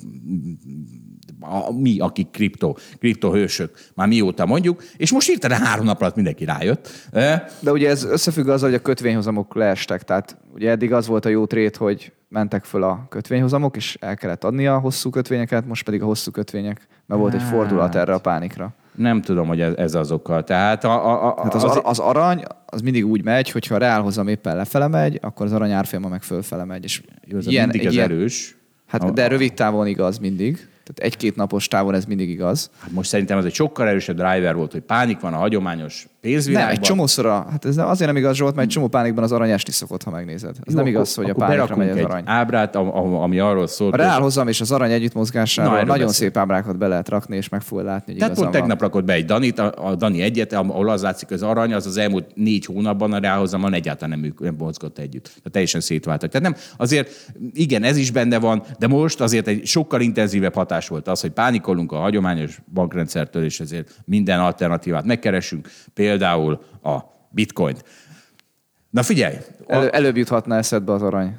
a, mi, akik kripto, kriptohősök, már mióta mondjuk, és most hirtelen három nap alatt mindenki rájött. De ugye ez összefügg azzal, hogy a kötvényhozamok leestek, tehát ugye eddig az volt a jó trét, hogy mentek föl a kötvényhozamok, és el kellett adni a hosszú kötvényeket, most pedig a hosszú kötvények, mert volt egy fordulat erre a pánikra. Nem tudom, hogy ez, ez az oka. Tehát a, a, a, hát az, az, az arany az mindig úgy megy, hogy ha a reálhozam éppen lefele megy, akkor az arany árfolyama meg fölfele megy. És jó, ez ilyen, mindig ez ilyen, erős. Hát, de rövid távon igaz mindig. Tehát egy-két napos távon ez mindig igaz. Hát most szerintem ez egy sokkal erősebb driver volt, hogy pánik van a hagyományos pénzvilágban. Nem, egy csomószor, hát ez azért nem igaz, Zsolt, mert egy csomó pánikban az arany esni szokott, ha megnézed. Ez jó, nem igaz, hogy a pánikra megy az arany. Egy ábrát, ami arról szól. A reálhozam és az arany együttmozgásáról Na, nagyon beszél. Szép ábrákat be lehet rakni, és meg fog látni, hogy Tehát pont tegnap rakott be egy Danit, a, a Dani egyet, ahol az látszik, az arany, az az elmúlt négy hónapban a reálhozamon egyáltalán nem, nem mozgott együtt. Tehát teljesen szétváltak. Tehát nem, azért igen, ez is benne van, de most azért egy sokkal intenzívebb hatás volt az, hogy pánikolunk a hagyományos bankrendszertől, és ezért minden alternatívát megkeresünk, például a bitcoint. Na figyelj! Elő, előbb juthatna eszedbe az arany.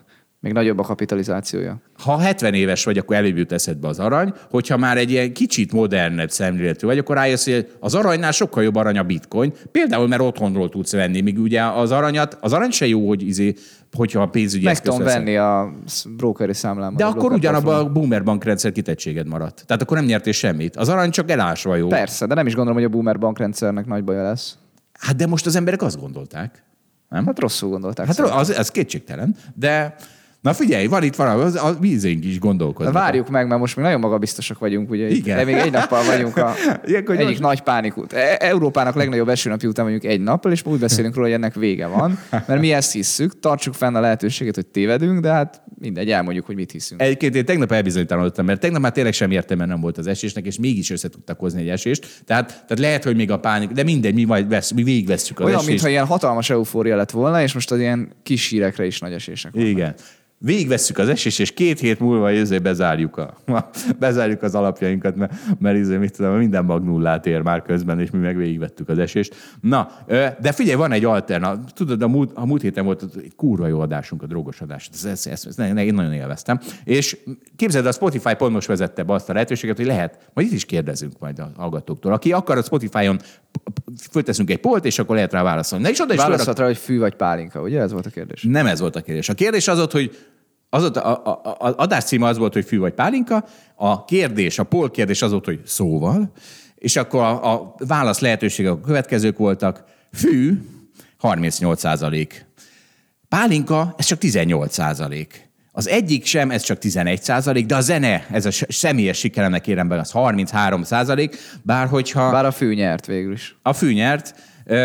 Még nagyobb a kapitalizációja. Ha hetven éves vagy, akkor előbb jut eszedbe az arany, hogyha már egy ilyen kicsit modernebb szemléletű vagy, akkor rájössz, hogy az aranynál sokkal jobb arany a bitcoin, például mert otthonról tudsz venni, míg ugye az aranyat, az arany se jó, hogy izé, hogyha a pénzügyi eszköz meg tudom venni a brokeri számlámon. De akkor ugyanabban a boomer bankrendszer kitettséged maradt. Tehát akkor nem nyertél semmit. Az arany csak elásva jó. Persze, de nem is gondolom, hogy a boomer bankrendszernek nagy baja lesz. Hát de most az emberek azt gondolták. Nem? Hát rosszul gondolták. Hát az, ez kétségtelen, de na figyelj, van itt valami, az, a vízénk is gondolkodnak. Várjuk meg, mert most még nagyon magabiztosak vagyunk, ugye. Igen. De még egy nappal vagyunk a Ilyenkor egyik nagy pánikút. Európának legnagyobb esőnapja után vagyunk egy nappal, és úgy beszélünk róla, hogy ennek vége van. Mert mi ezt hisszük, tartsuk fenn a lehetőséget, hogy tévedünk, de hát mindegy, elmondjuk, hogy mit hiszünk. Egyébként én tegnap elbizonytalanodtam, mert tegnap már tényleg sem értem, mert nem volt az esésnek, és mégis össze tudtak hozni egy esést. Tehát, tehát lehet, hogy még a pánik, de mindegy, mi majd vesz, mi végigvesszük az olyan, esést. mintha ilyen hatalmas eufória lett volna, és most az ilyen kis hírekre is nagy esések vannak. Igen. Végigvesszük az esést, és két hét múlva izé bezárjuk, a, bezárjuk az alapjainkat, mert, mert izé, mit tudom, minden mag nullát ér már közben, és mi meg végigvettük az esést. Na, de figyelj, van egy alterna. Tudod, a múlt, a múlt héten volt egy kurva jó adásunk, a drogos adás. Ezt, ezt, ezt, ezt én nagyon élveztem. És képzeld, a Spotify pont most vezette be azt a lehetőséget, hogy lehet, majd itt is kérdezünk majd a hallgatóktól. Aki akar, a Spotify-on fölteszünk egy polt, és akkor lehet rá válaszolni. Na, és oda is válaszolhat rá, hogy fű vagy pálinka, ugye? Ez volt a kérdés. Nem ez volt a kérdés. A kérdés az ott, hogy az ott, a, a, a, az adás címe az volt, hogy fű vagy pálinka, a kérdés, a poll kérdés az volt, hogy szóval, és akkor a, a válasz lehetőségek a következők voltak. Fű, harmincnyolc százalék. Pálinka, ez csak tizennyolc százalék. Az egyik sem, ez csak tizenegy százalék, de a zene, ez a személyes sikeremnek érem be, az harminchárom százalék, bár hogyha... Bár a fű nyert végül is. A fű nyert,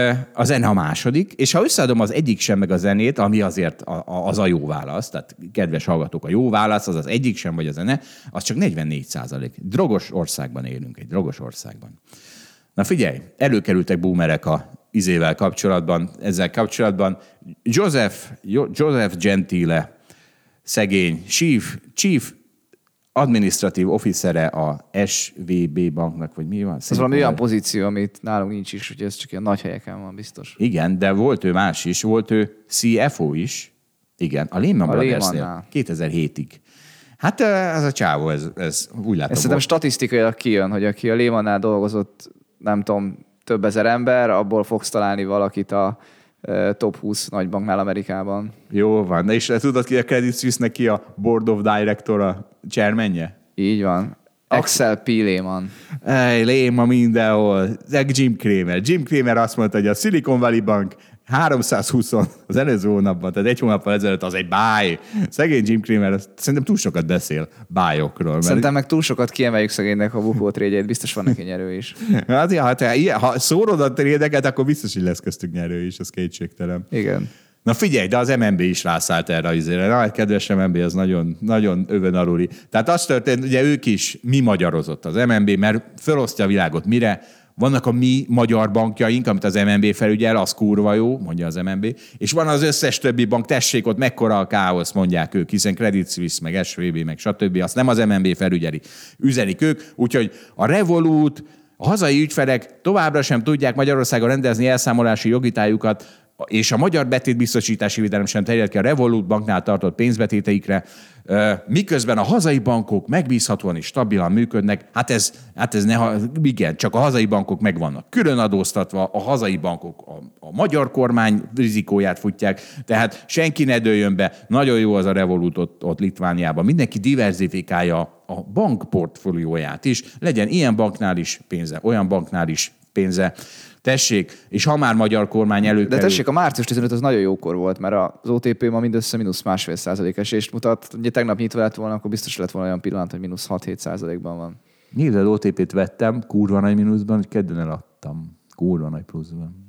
a zene a második, és ha összeadom az egyik sem meg a zenét, ami azért a, a, az a jó válasz, tehát kedves hallgatók, a jó válasz, az az egyik sem vagy a zene, az csak negyvennégy százalék. Drogos országban élünk, egy drogos országban. Na figyelj, előkerültek boomerek a izével kapcsolatban, ezzel kapcsolatban. Joseph, Joseph Gentile, szegény, chief, chief administratív officere a es vé bé banknak, vagy mi van? Ez valami olyan pozíció, amit nálunk nincs is, hogy ez csak ilyen nagy helyeken van biztos. Igen, de volt ő más is, volt ő cé ef ó is. Igen, a Lehman Brothersnél kétezer-hétig. Hát ez a csávó, ez, ez úgy látom. Ez szerintem statisztikailag kijön, hogy aki a Lehmannál dolgozott, nem tudom, több ezer ember, abból fogsz találni valakit a top húsz nagybanknál Amerikában. Jó van, de és tudod ki a Credit Suisse-nek ki a Board of Director, a chairmanje? Így van. Axel P. Lehman. Ej, Lehman mindenhol. Jim Cramer. Jim Cramer azt mondta, hogy a Silicon Valley Bank háromszázhúsz az előző hónapban, tehát egy hónappal ezelőtt az egy báj. Szegény Jim Cramer szerintem túl sokat beszél bájokról. Mert... Szerintem meg túl sokat kiemeljük szegénynek a bukó trédjét, biztos van neki nyerő is. Hát, ja, hát, ha szórod a trédeket, akkor biztos, hogy lesz köztük nyerő is, az kétségtelen. Igen. Na figyelj, de az em en bé is rászállt erre az izére. Na, egy kedves em en bé, az nagyon, nagyon övön aluli. Tehát az történt, ugye ők is mi magyarozott az em en bé, mert felosztja a világot mire. Vannak a mi magyar bankjaink, amit az em en bé felügyel, az kurva jó, mondja az em en bé, és van az összes többi bank, tessék, ott mekkora a káosz, mondják ők, hiszen Credit Suisse, meg es vé bé, meg stb. Azt nem az em en bé felügyeli, üzenik ők, úgyhogy a Revolut, a hazai ügyfelek továbbra sem tudják Magyarországon rendezni elszámolási jogitájukat, és a magyar betétbiztosítási védelem sem terjed ki a Revolut banknál tartott pénzbetéteikre, miközben a hazai bankok megbízhatóan és stabilan működnek. Hát ez, hát ez ne, igen, csak a hazai bankok meg vannak külön adóztatva, a hazai bankok a, a magyar kormány rizikóját futják, tehát senki ne dőljön be. Nagyon jó az a Revolut ott, ott Litvániában. Mindenki diverzifikálja a bankportfólióját is. Legyen ilyen banknál is pénze, olyan banknál is pénze. Tessék, és ha már magyar kormány előkerül... De tessék, a március tizenötödike az nagyon jókor volt, mert az o té pé ma mindössze mínusz másfél százalék esést mutat. Ugye tegnap nyitva lett volna, akkor biztos lett volna olyan pillanat, hogy mínusz hat-hét százalékban van. Nézd, az o té pét vettem, kurva nagy mínuszban, hogy kedden eladtam. Kurva nagy pluszban.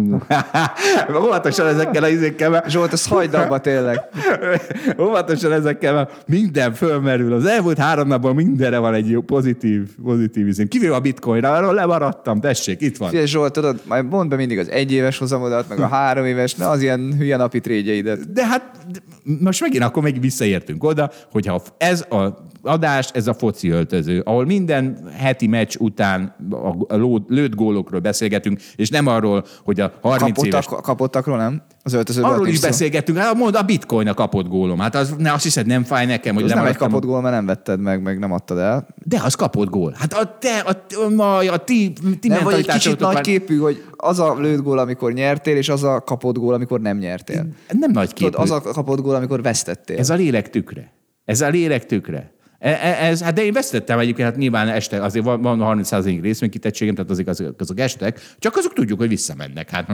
Óvatosan ezekkel a izékkel. Zsolt, ezt hagyd abba tényleg. Óvatosan ezekkel, minden fölmerül. Az elmúlt három napban mindenre van egy jó pozitív, pozitív izém. Kivéve a bitcoinra, arról lemaradtam, tessék, itt van. Figyelj, Zsolt, tudod, majd mondd be mindig az egyéves hozamodat, meg a három éves, ne az ilyen hülye napi trédjeidet. De hát most megint akkor még visszaértünk oda, hogyha ez a adás, ez a foci öltöző, ahol minden heti meccs után a lőtt gólokról beszélgetünk, és nem arról, hogy a harminc Kapottak, éves... Kapottakról nem? Az öltözőben. Arról is beszélgettünk, hát mondd, a bitcoin a kapott gólom. Hát az, ne, azt hiszed, nem fáj nekem, hogy az nem nem egy kapott gól, mert nem vetted meg, meg nem adtad el. De az kapott gól. Hát a te, a, a, a, a ti, ti nem vagy egy kicsit nagy már... képű, hogy az a lőtt gól, amikor nyertél, és az a kapott gól, amikor nem nyertél. Nem nagy képű. Tudod, az a kapott gól, amikor vesztettél. Ez a lélek tükre. Ez a lélek tükre. Ez, hát de én vesztettem egyébként, hát nyilván este, azért van, van harminc százalék részvénykitettségem, tehát azok, azok, azok estek, csak azok tudjuk, hogy visszamennek. Hát,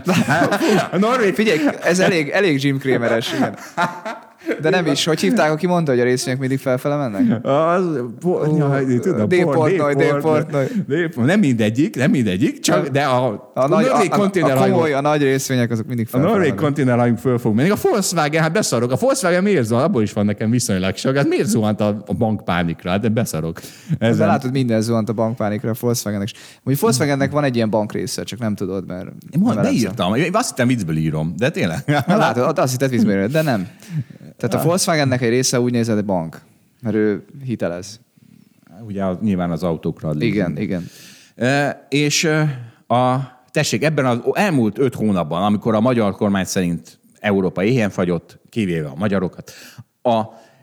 a Norvég, figyelj, ez elég, elég Jim Cramer-es, igen. De nem is. Hogy hívták, aki mondta, hogy a részvények mindig felfele mennek? Az, D-Portnoy, D-Portnoy. Nem mindegyik, nem mindegyik, csak, de a, a, a nagy, norvég a, konténer a, komoly, a nagy részvények, azok mindig felfele A norvég mennek. konténerhajunk föl fog menni. A Volkswagen, hát beszarok. A Volkswagen miért zuhant? Abból is van nekem viszonylag sok. Hát miért zuhant a, a bankpánikra? Hát de beszarok. De látod, minden zuhant a bankpánikra a Volkswagennek. Mondjuk Volkswagennek van egy ilyen bankrésze, csak nem tudod, mert... Én beírtam. Én azt hittem viccből írom, de tényleg. Na, látod, azt hitted viccből írom, de nem. Tehát a Volkswagennek egy része úgy nézett, egy bank, mert ő hitelez. Ugye az, nyilván az autókra ad. Igen, igen. E, és a, tessék, ebben az elmúlt öt hónapban, amikor a magyar kormány szerint Európa éhen fagyott, kivéve a magyarokat, a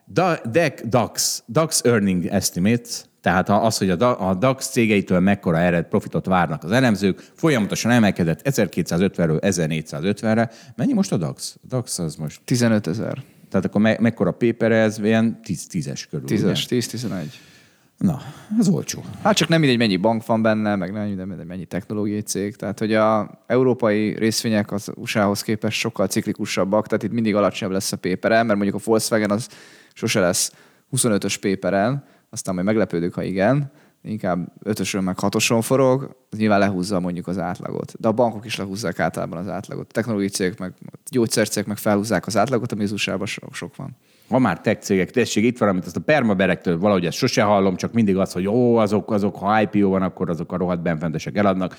DAX, DAX Earning Estimates, tehát az, hogy a DAX cégeitől mekkora ered profitot várnak az elemzők, folyamatosan emelkedett ezerkétszázötvenről ezernégyszázötvenre. Mennyi most a DAX? A DAX az most... tizenöt ezer. Tehát akkor me- mekkora paper ez? Ilyen tíz-tízes körül. tízes, tíz-tizenegy. Na, ez olcsó. Hát csak nem mindegy, mennyi bank van benne, meg nem mindegy, mennyi technológiai cég. Tehát, hogy a európai részvények az u es á-hoz képest sokkal ciklikusabbak, tehát itt mindig alacsonyabb lesz a paper, mert mondjuk a Volkswagen az sose lesz huszonötös paperen, aztán majd meglepődök, ha igen, inkább ötösön meg hatoson forog, az nyilván lehúzza mondjuk az átlagot. De a bankok is lehúzzák általában az átlagot. A technológiai cégek, meg gyógyszercégek meg felhúzzák az átlagot, ami az u es á-ban sok, sok van. Ha már tech cégek, tessék, itt van, amit azt a permaberektől valahogy ezt sose hallom, csak mindig az, hogy ó, azok, azok, ha i pé o van, akkor azok a rohadt benfentesek eladnak.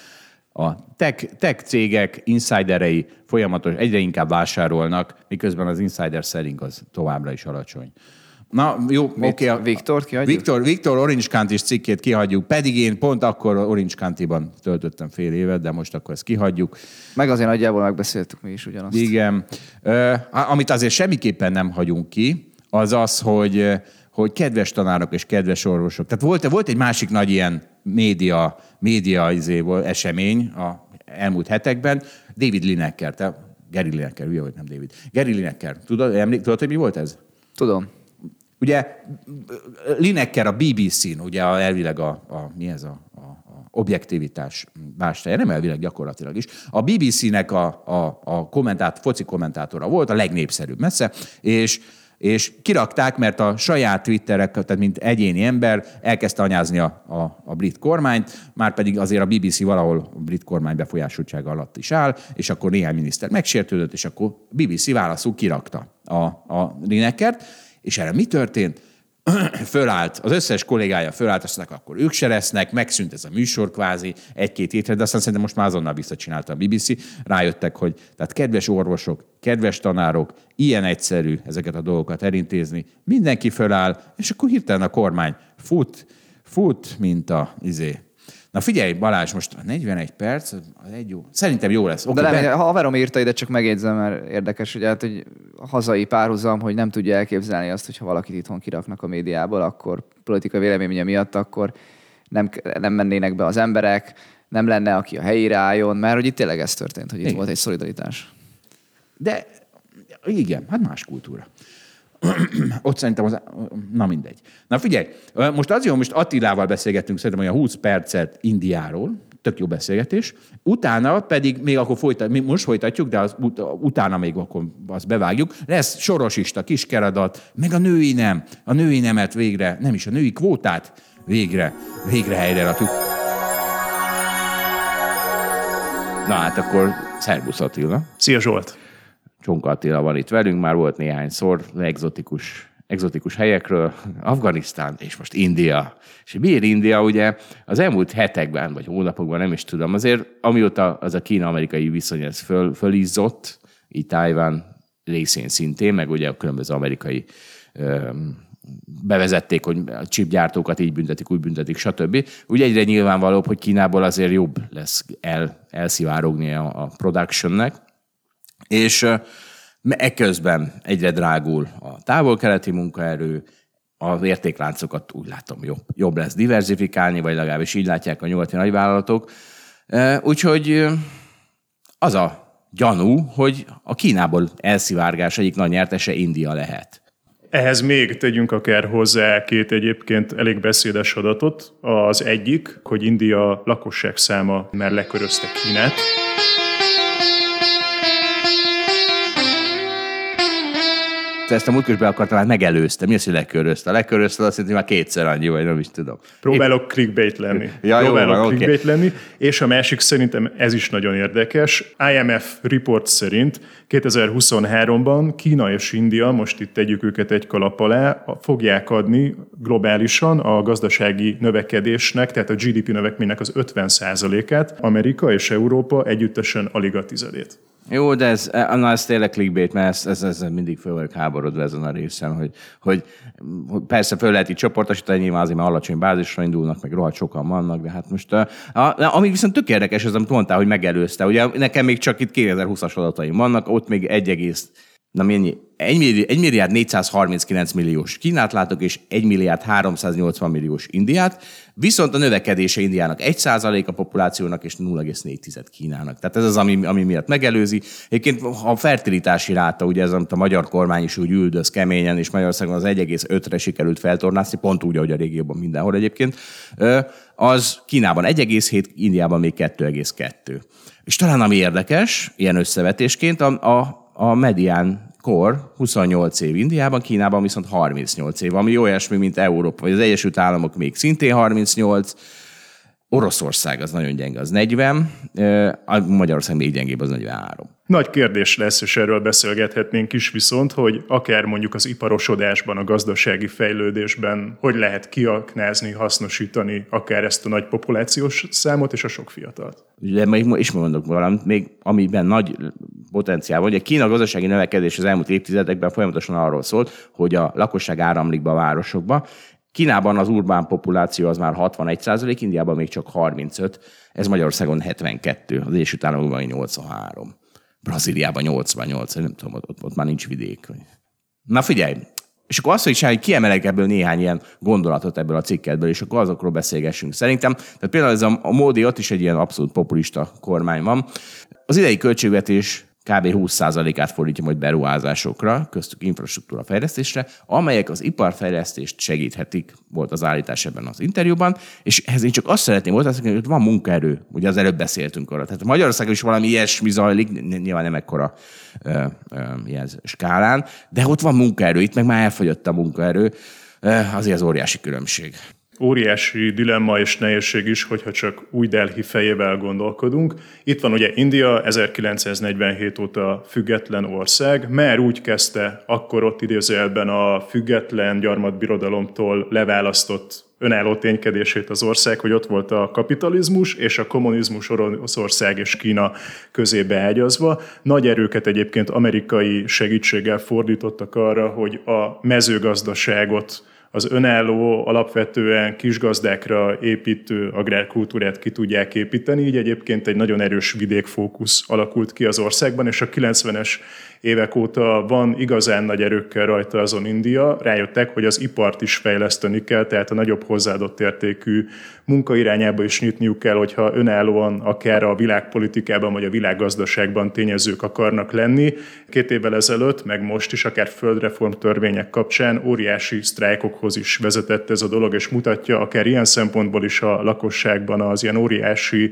A tech, tech cégek insiderei folyamatos, egyre inkább vásárolnak, miközben az insider selling az továbbra is alacsony. Na, jó, oké. Okay. Viktort kihagyjuk? Viktor, Viktor Orange County-s cikkét kihagyjuk, pedig én pont akkor Orange County-ban töltöttem fél évet, de most akkor ezt kihagyjuk. Meg azért nagyjából megbeszéltük mi is ugyanazt. Igen. Uh, amit azért semmiképpen nem hagyunk ki, az az, hogy, hogy kedves tanárok és kedves orvosok. Tehát volt, volt egy másik nagy ilyen média, média izé, esemény a elmúlt hetekben, David Lineker, te, Gary Lineker, ugye vagy nem David? Gary Lineker. Tudod, emlék, tudod, hogy mi volt ez? Tudom. Ugye Lineker a bé bé cén, ugye elvileg a, a mi ez a, a, a objektivitás bástyája, nem elvileg gyakorlatilag is. A bé bé cének a, a, a kommentát, foci kommentátora volt, a legnépszerűbb messze, és és kirakták, mert a saját Twitterek, tehát mint egyéni ember elkezdte anyázni a, a, a brit kormányt, már pedig azért a bé bé cé valahol a brit kormány befolyásoltsága alatt is áll, és akkor néhány miniszter megsértődött, és akkor bé bé cé válaszul kirakta a, a Linekert, és erre mi történt? Fölállt, az összes kollégája fölállt, azt mondták, akkor ők se lesznek, megszűnt ez a műsor kvázi egy-két hétre, de aztán szerintem most már azonnal visszacsinálta a bé bé cé. Rájöttek, hogy tehát kedves orvosok, kedves tanárok, ilyen egyszerű ezeket a dolgokat elintézni, mindenki föláll, és akkor hirtelen a kormány fut, fut, mint a izé. Na figyelj, Balázs, most negyvenegy perc, az egy jó. Szerintem jó lesz. Okay, de nem, ben... ha haverom írta ide, csak megjegyzem, mert érdekes, hogy, hát, hogy hazai párhuzam, hogy nem tudja elképzelni azt, hogyha valakit itthon kiraknak a médiából, akkor politikai véleménye miatt, akkor nem, nem mennének be az emberek, nem lenne, aki a helyére álljon, mert hogy itt tényleg ez történt, hogy itt igen. Volt egy szolidaritás. De igen, hát más kultúra. Ott szerintem az... Na mindegy. Na figyelj, most az jó, most Attilával beszélgettünk szerintem olyan húsz percet Indiáról, tök jó beszélgetés, utána pedig még akkor folytat, mi most folytatjuk, de az, utána még akkor azt bevágjuk, lesz sorosista, kiskeradat, meg a női nem. A női nemet végre, nem is a női kvótát végre, végre helyre rakjuk. Na hát akkor szervusz Attila. Szia Zsolt. Csonka Attila van itt velünk, már volt néhányszor egzotikus, egzotikus helyekről, Afganisztán és most India. És miért India, ugye az elmúlt hetekben, vagy hónapokban, nem is tudom, azért amióta az a kína-amerikai viszony ez föl, fölizzott, így Tájván részén szintén, meg ugye a különböző amerikai ö, bevezették, hogy a chipgyártókat így büntetik, úgy büntetik, stb. Úgy egyre nyilvánvalóbb, hogy Kínából azért jobb lesz el, elszivárogni a, a productionnek, és ekközben egyre drágul a távol-keleti munkaerő, az értékláncokat úgy látom jobb, jobb lesz diverzifikálni, vagy legalábbis így látják a nyugati nagyvállalatok. Úgyhogy az a gyanú, hogy a Kínából elszivárgás egyik nagy nyertese India lehet. Ehhez még tegyünk akár hozzá két egyébként elég beszédes adatot. Az egyik, hogy India lakosság száma már lekörözte Kínát. Ezt a múltkor be akartam, hát megelőzte. Mi az, hogy lekörözte? Lekörözte, azt hiszem, hogy már kétszer annyi, vagy nem is tudom. Próbálok Épp... clickbait lenni. Ja, Próbálok jó, van, clickbait okay. lenni. És a másik szerintem ez is nagyon érdekes. I M F report szerint kétezer-huszonháromban Kína és India, most itt tegyük őket egy kalap alá, fogják adni globálisan a gazdasági növekedésnek, tehát a G D P növekménynek az ötven százalékát, Amerika és Európa együttesen alig a tizedét. Jó, de ez, na, ez tényleg clickbait, mert ez, ez, ez mindig föl vagyok háborodva ezen a részen, hogy, hogy, hogy persze föl lehet így csoportosítani, nyilván azért, mert alacsony bázisra indulnak, meg rohadt sokan vannak, de hát most, a, a, ami viszont tök érdekes, az, amit mondtál, hogy megelőzte. Ugye nekem még csak itt kétezer-húszas adataim vannak, ott még egy Na mennyi? egy milliárd négyszázharminckilenc milliós Kínát látok, és egy milliárd háromszáznyolcvan milliós Indiát, viszont a növekedése Indiának egy százalék a populációnak, és nulla egész négy Kínának. Tehát ez az, ami, ami miatt megelőzi. Egyébként a fertilitási ráta, ugye ez, amit a magyar kormány is úgy üldöz keményen, és Magyarországon az egy egész ötre sikerült feltornászni, pont úgy, ahogy a régióban mindenhol egyébként, az Kínában egy egész hét, Indiában még kettő egész kettő. És talán ami érdekes, ilyen összevetésként, a, a A medián kor huszonnyolc év Indiában, Kínában viszont harmincnyolc év, ami olyasmi, mint Európa, vagy az Egyesült Államok még szintén harmincnyolc, Oroszország az nagyon gyenge, az negyven, Magyarország még gyengébb, az negyvenhárom. Nagy kérdés lesz, és erről beszélgethetnénk is viszont, hogy akár mondjuk az iparosodásban, a gazdasági fejlődésben hogy lehet kiaknázni, hasznosítani akár ezt a nagy populációs számot és a sok fiatalt. De még is mondok valamit, még amiben nagy potenciál van, hogy a Kína gazdasági növekedés az elmúlt évtizedekben folyamatosan arról szólt, hogy a lakosság áramlik be a városokba. Kínában az urbán populáció az már hatvanegy százalék, Indiában még csak harmincöt, ez Magyarországon hetvenkettő, az Egyesült Államokban nyolcvanhárom. Brazíliában nyolcvannyolc, nem tudom, ott, ott már nincs vidék. Na figyelj, és akkor azt, hogy kiemelek ebből néhány ilyen gondolatot ebből a cikketből, és akkor azokról beszélgessünk szerintem. Tehát például ez a, a Módi, ott is egy ilyen abszolút populista kormány van. Az idei költségvetés kb. húsz százalékát fordítja majd beruházásokra, köztük infrastruktúra fejlesztésre, amelyek az iparfejlesztést segíthetik, volt az állítás ebben az interjúban, és ehhez én csak azt szeretném hozzászólni, hogy van munkaerő, ugye az előbb beszéltünk arra. Tehát Magyarországon is valami ilyesmi zajlik, nyilván nem ekkora ö, ö, ilyen skálán, de ott van munkaerő, itt meg már elfogyott a munkaerő, azért az óriási különbség. Óriási dilemma és nehézség is, hogyha csak új Delhi fejével gondolkodunk. Itt van ugye India, ezerkilencszáznegyvenhét óta független ország, már úgy kezdte akkor ott idézőjelben a független gyarmatbirodalomtól leválasztott önálló ténykedését az ország, hogy ott volt a kapitalizmus és a kommunizmus Oroszország és Kína közébe ágyazva. Nagy erőket egyébként amerikai segítséggel fordítottak arra, hogy a mezőgazdaságot, az önálló, alapvetően kisgazdákra építő agrárkultúrát ki tudják építeni, így egyébként egy nagyon erős vidékfókusz alakult ki az országban, és a kilencvenes évek óta van igazán nagy erőkkel rajta azon India, rájöttek, hogy az ipart is fejleszteni kell, tehát a nagyobb hozzáadott értékű munkairányába is nyitniuk kell, hogyha önállóan akár a világpolitikában vagy a világgazdaságban tényezők akarnak lenni. Két évvel ezelőtt, meg most is, akár földreform törvények kapcsán óriási sztrájkokhoz is vezetett ez a dolog, és mutatja akár ilyen szempontból is a lakosságban az ilyen óriási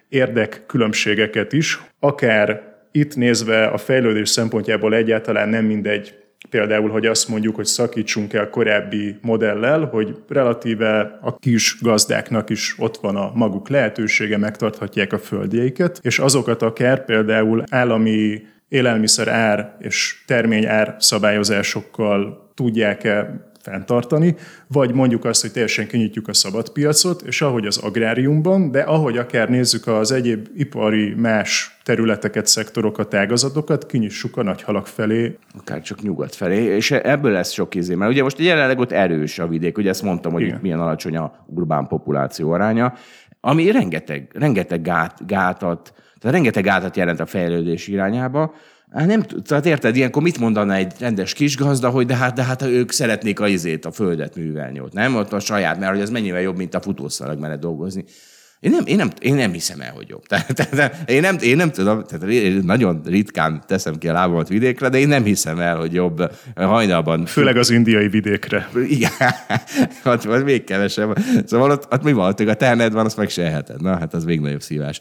érdekkülönbségeket is, akár itt nézve a fejlődés szempontjából egyáltalán nem mindegy, például, hogy azt mondjuk, hogy szakítsunk el korábbi modellel, hogy relatíve a kis gazdáknak is ott van a maguk lehetősége, megtarthatják a földjeiket, és azokat akár például állami élelmiszer ár és termény ár szabályozásokkal tudják-e fenntartani, vagy mondjuk azt, hogy teljesen kinyitjuk a szabadpiacot, és ahogy az agráriumban, de ahogy akár nézzük az egyéb ipari más területeket, szektorokat, ágazatokat, kinyissuk a nagy halak felé. Akár csak nyugat felé, és ebből lesz sok izé. Mert ugye most jelenleg ott erős a vidék, ugye ezt mondtam, hogy itt milyen alacsony a urbán populáció aránya, ami rengeteg, rengeteg gát, gátat, tehát rengeteg gátat jelent a fejlődés irányába. Hát nem, tehát érted, ilyenkor mit mondana egy rendes kisgazda, hogy de hát, de hát ők szeretnék a izét, a földet művelni ott, nem? Ott a saját, mert hogy ez mennyivel jobb, mint a futószalag mellett dolgozni. Én nem, én, nem, én nem hiszem el, hogy jobb. Tehát, tehát, én, nem, én nem tudom, tehát én nagyon ritkán teszem ki a lábamat vidékre, de én nem hiszem el, hogy jobb hajnalban. Főleg az indiai vidékre. Igen, ott van még kevesebb. Szóval ott, ott mi van, hogy a tehened van, azt meg se eheted. Na, hát az még nagyobb szívás.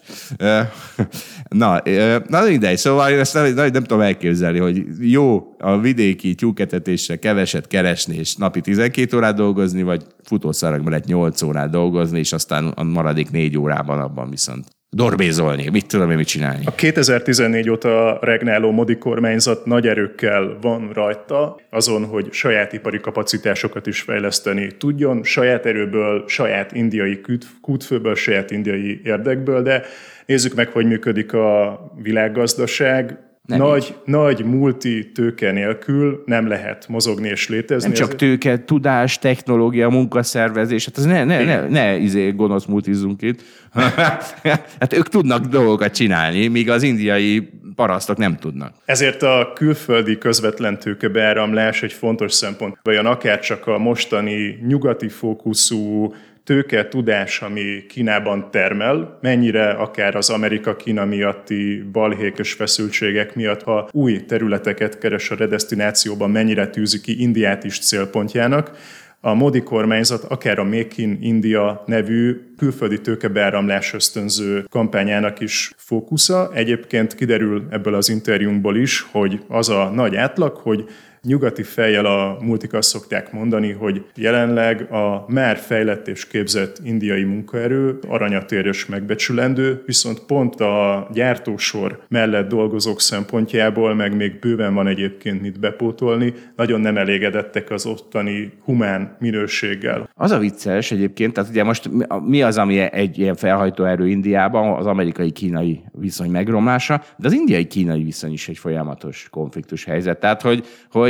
Na, na mindegy, szóval én ezt nem, nem tudom elképzelni, hogy jó a vidéki tyúketetésre keveset keresni, és napi tizenkét órát dolgozni, vagy futószarag mellett nyolc órát dolgozni, és aztán a maradék négy órában abban viszont dorbézolni. Mit tudom én mit csinálni? A kétezer-tizennégy óta regnáló Modi kormányzat nagy erőkkel van rajta azon, hogy saját ipari kapacitásokat is fejleszteni tudjon, saját erőből, saját indiai kútfőből, saját indiai érdekből, de nézzük meg, hogy működik a világgazdaság. Nem nagy, nagy multi tőke nélkül nem lehet mozogni és létezni. Nem csak ezért... tőke, tudás, technológia, munkaszervezés, hát ez ne, ne, ne, ne izé gonosz multizzunk itt. Hát ők tudnak dolgokat csinálni, míg az indiai parasztok nem tudnak. Ezért a külföldi közvetlen tőkebeáramlás egy fontos szempont. Vajon akár csak a mostani nyugati fókuszú tőke, tudás, ami Kínában termel, mennyire akár az Amerika-Kína miatti balhékos feszültségek miatt, ha új területeket keres a redesztinációban, mennyire tűzi ki Indiát is célpontjának. A Modi kormányzat akár a Make in India nevű külföldi tőkebeáramlás ösztönző kampányának is fókusza. Egyébként kiderül ebből az interjúmból is, hogy az a nagy átlag, hogy nyugati fejjel a multik azt szokták mondani, hogy jelenleg a már fejlett és képzett indiai munkaerő aranyatérős megbecsülendő, viszont pont a gyártósor mellett dolgozók szempontjából meg még bőven van egyébként mit bepótolni, nagyon nem elégedettek az ottani humán minőséggel. Az a vicces egyébként, tehát ugye most mi az, ami egy ilyen felhajtó erő Indiában, az amerikai-kínai viszony megromlása, de az indiai-kínai viszony is egy folyamatos konfliktus helyzet. Tehát, hogy, hogy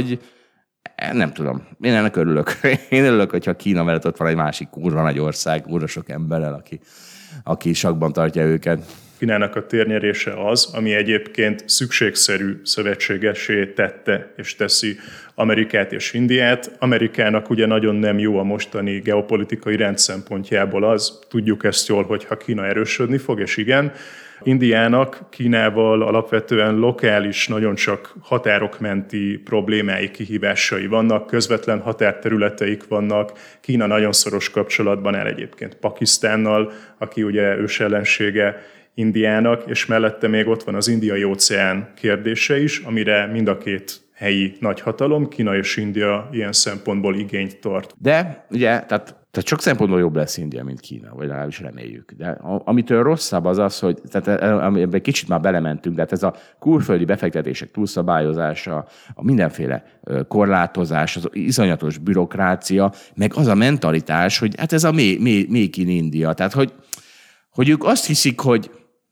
nem tudom. Én ennek örülök. Én örülök, hogyha Kína mellett ott van egy másik kurva nagy ország, kurva sok emberrel, aki, aki sakban tartja őket. Kínának a térnyerése az, ami egyébként szükségszerű szövetségessé tette és teszi Amerikát és Indiát. Amerikának ugye nagyon nem jó a mostani geopolitikai rend szempontjából az, tudjuk ezt jól, hogyha Kína erősödni fog, és igen, Indiának Kínával alapvetően lokális, nagyon csak határok menti problémái, kihívásai vannak, közvetlen határterületeik vannak. Kína nagyon szoros kapcsolatban áll egyébként Pakisztánnal, aki ugye ősellensége Indiának, és mellette még ott van az Indiai-óceán kérdése is, amire mind a két helyi nagyhatalom, Kína és India ilyen szempontból igényt tart. De ugye, tehát Tehát sok szempontból jobb lesz India, mint Kína, vagy legalábbis reméljük. De amitől rosszabb az az, hogy tehát ebben kicsit már belementünk, de hát ez a külföldi befektetések túlszabályozása, a mindenféle korlátozás, az iszonyatos bürokrácia, meg az a mentalitás, hogy hát ez a Make in India. Tehát, hogy, hogy ők azt hiszik, hogy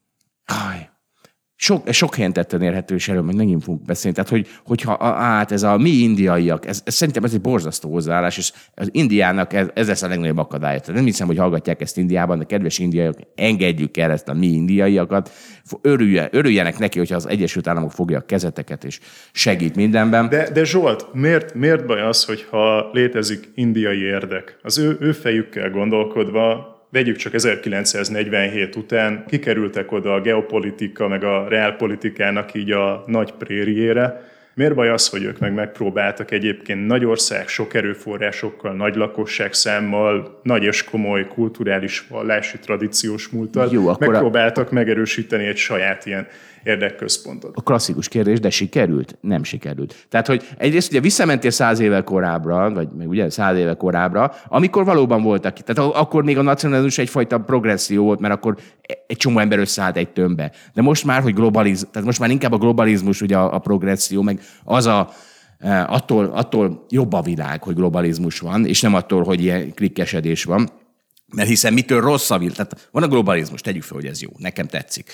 áj, Sok, sok helyen tetten érhető, és erről meg megint fogunk beszélni. Tehát, hogy, hogyha hát ez a mi indiaiak, ez, ez szerintem ez egy borzasztó hozzáállás, és az Indiának ez, ez lesz a legnagyobb akadály. Tehát nem hiszem, hogy hallgatják ezt Indiában, de kedves indiaiak, engedjük el ezt a mi indiaiakat, örüljen, örüljenek neki, hogyha az Egyesült Államok fogja a kezeteket, és segít mindenben. De, de Zsolt, miért, miért baj az, hogyha létezik indiai érdek? Az ő, ő fejükkel gondolkodva, vegyük csak ezerkilencszáznegyvenhét után, kikerültek oda a geopolitika, meg a reálpolitikának így a nagy prériére. Miért baj az, hogy ők meg megpróbáltak egyébként nagy ország, sok erőforrásokkal, nagy lakosságszámmal, nagy és komoly kulturális, vallási, tradíciós múlttal, Jó, megpróbáltak a... megerősíteni egy saját ilyen érdekközpontot. A klasszikus kérdés, de sikerült? Nem sikerült. Tehát, hogy egyrészt ugye visszamentél száz éve korábbra, vagy meg ugye száz éve korábbra, amikor valóban voltak, tehát akkor még a nacionalizmus egyfajta progresszió volt, mert akkor egy csomó ember összeállt egy tömbbe. De most már, hogy globaliz, tehát most már inkább a globalizmus ugye a, a progresszió, meg az a attól, attól jobb a világ, hogy globalizmus van, és nem attól, hogy ilyen klikkesedés van. Mert hiszen mitől rossz a világ? Tehát van a globalizmus, tegyük fel, hogy ez jó, nekem tetszik.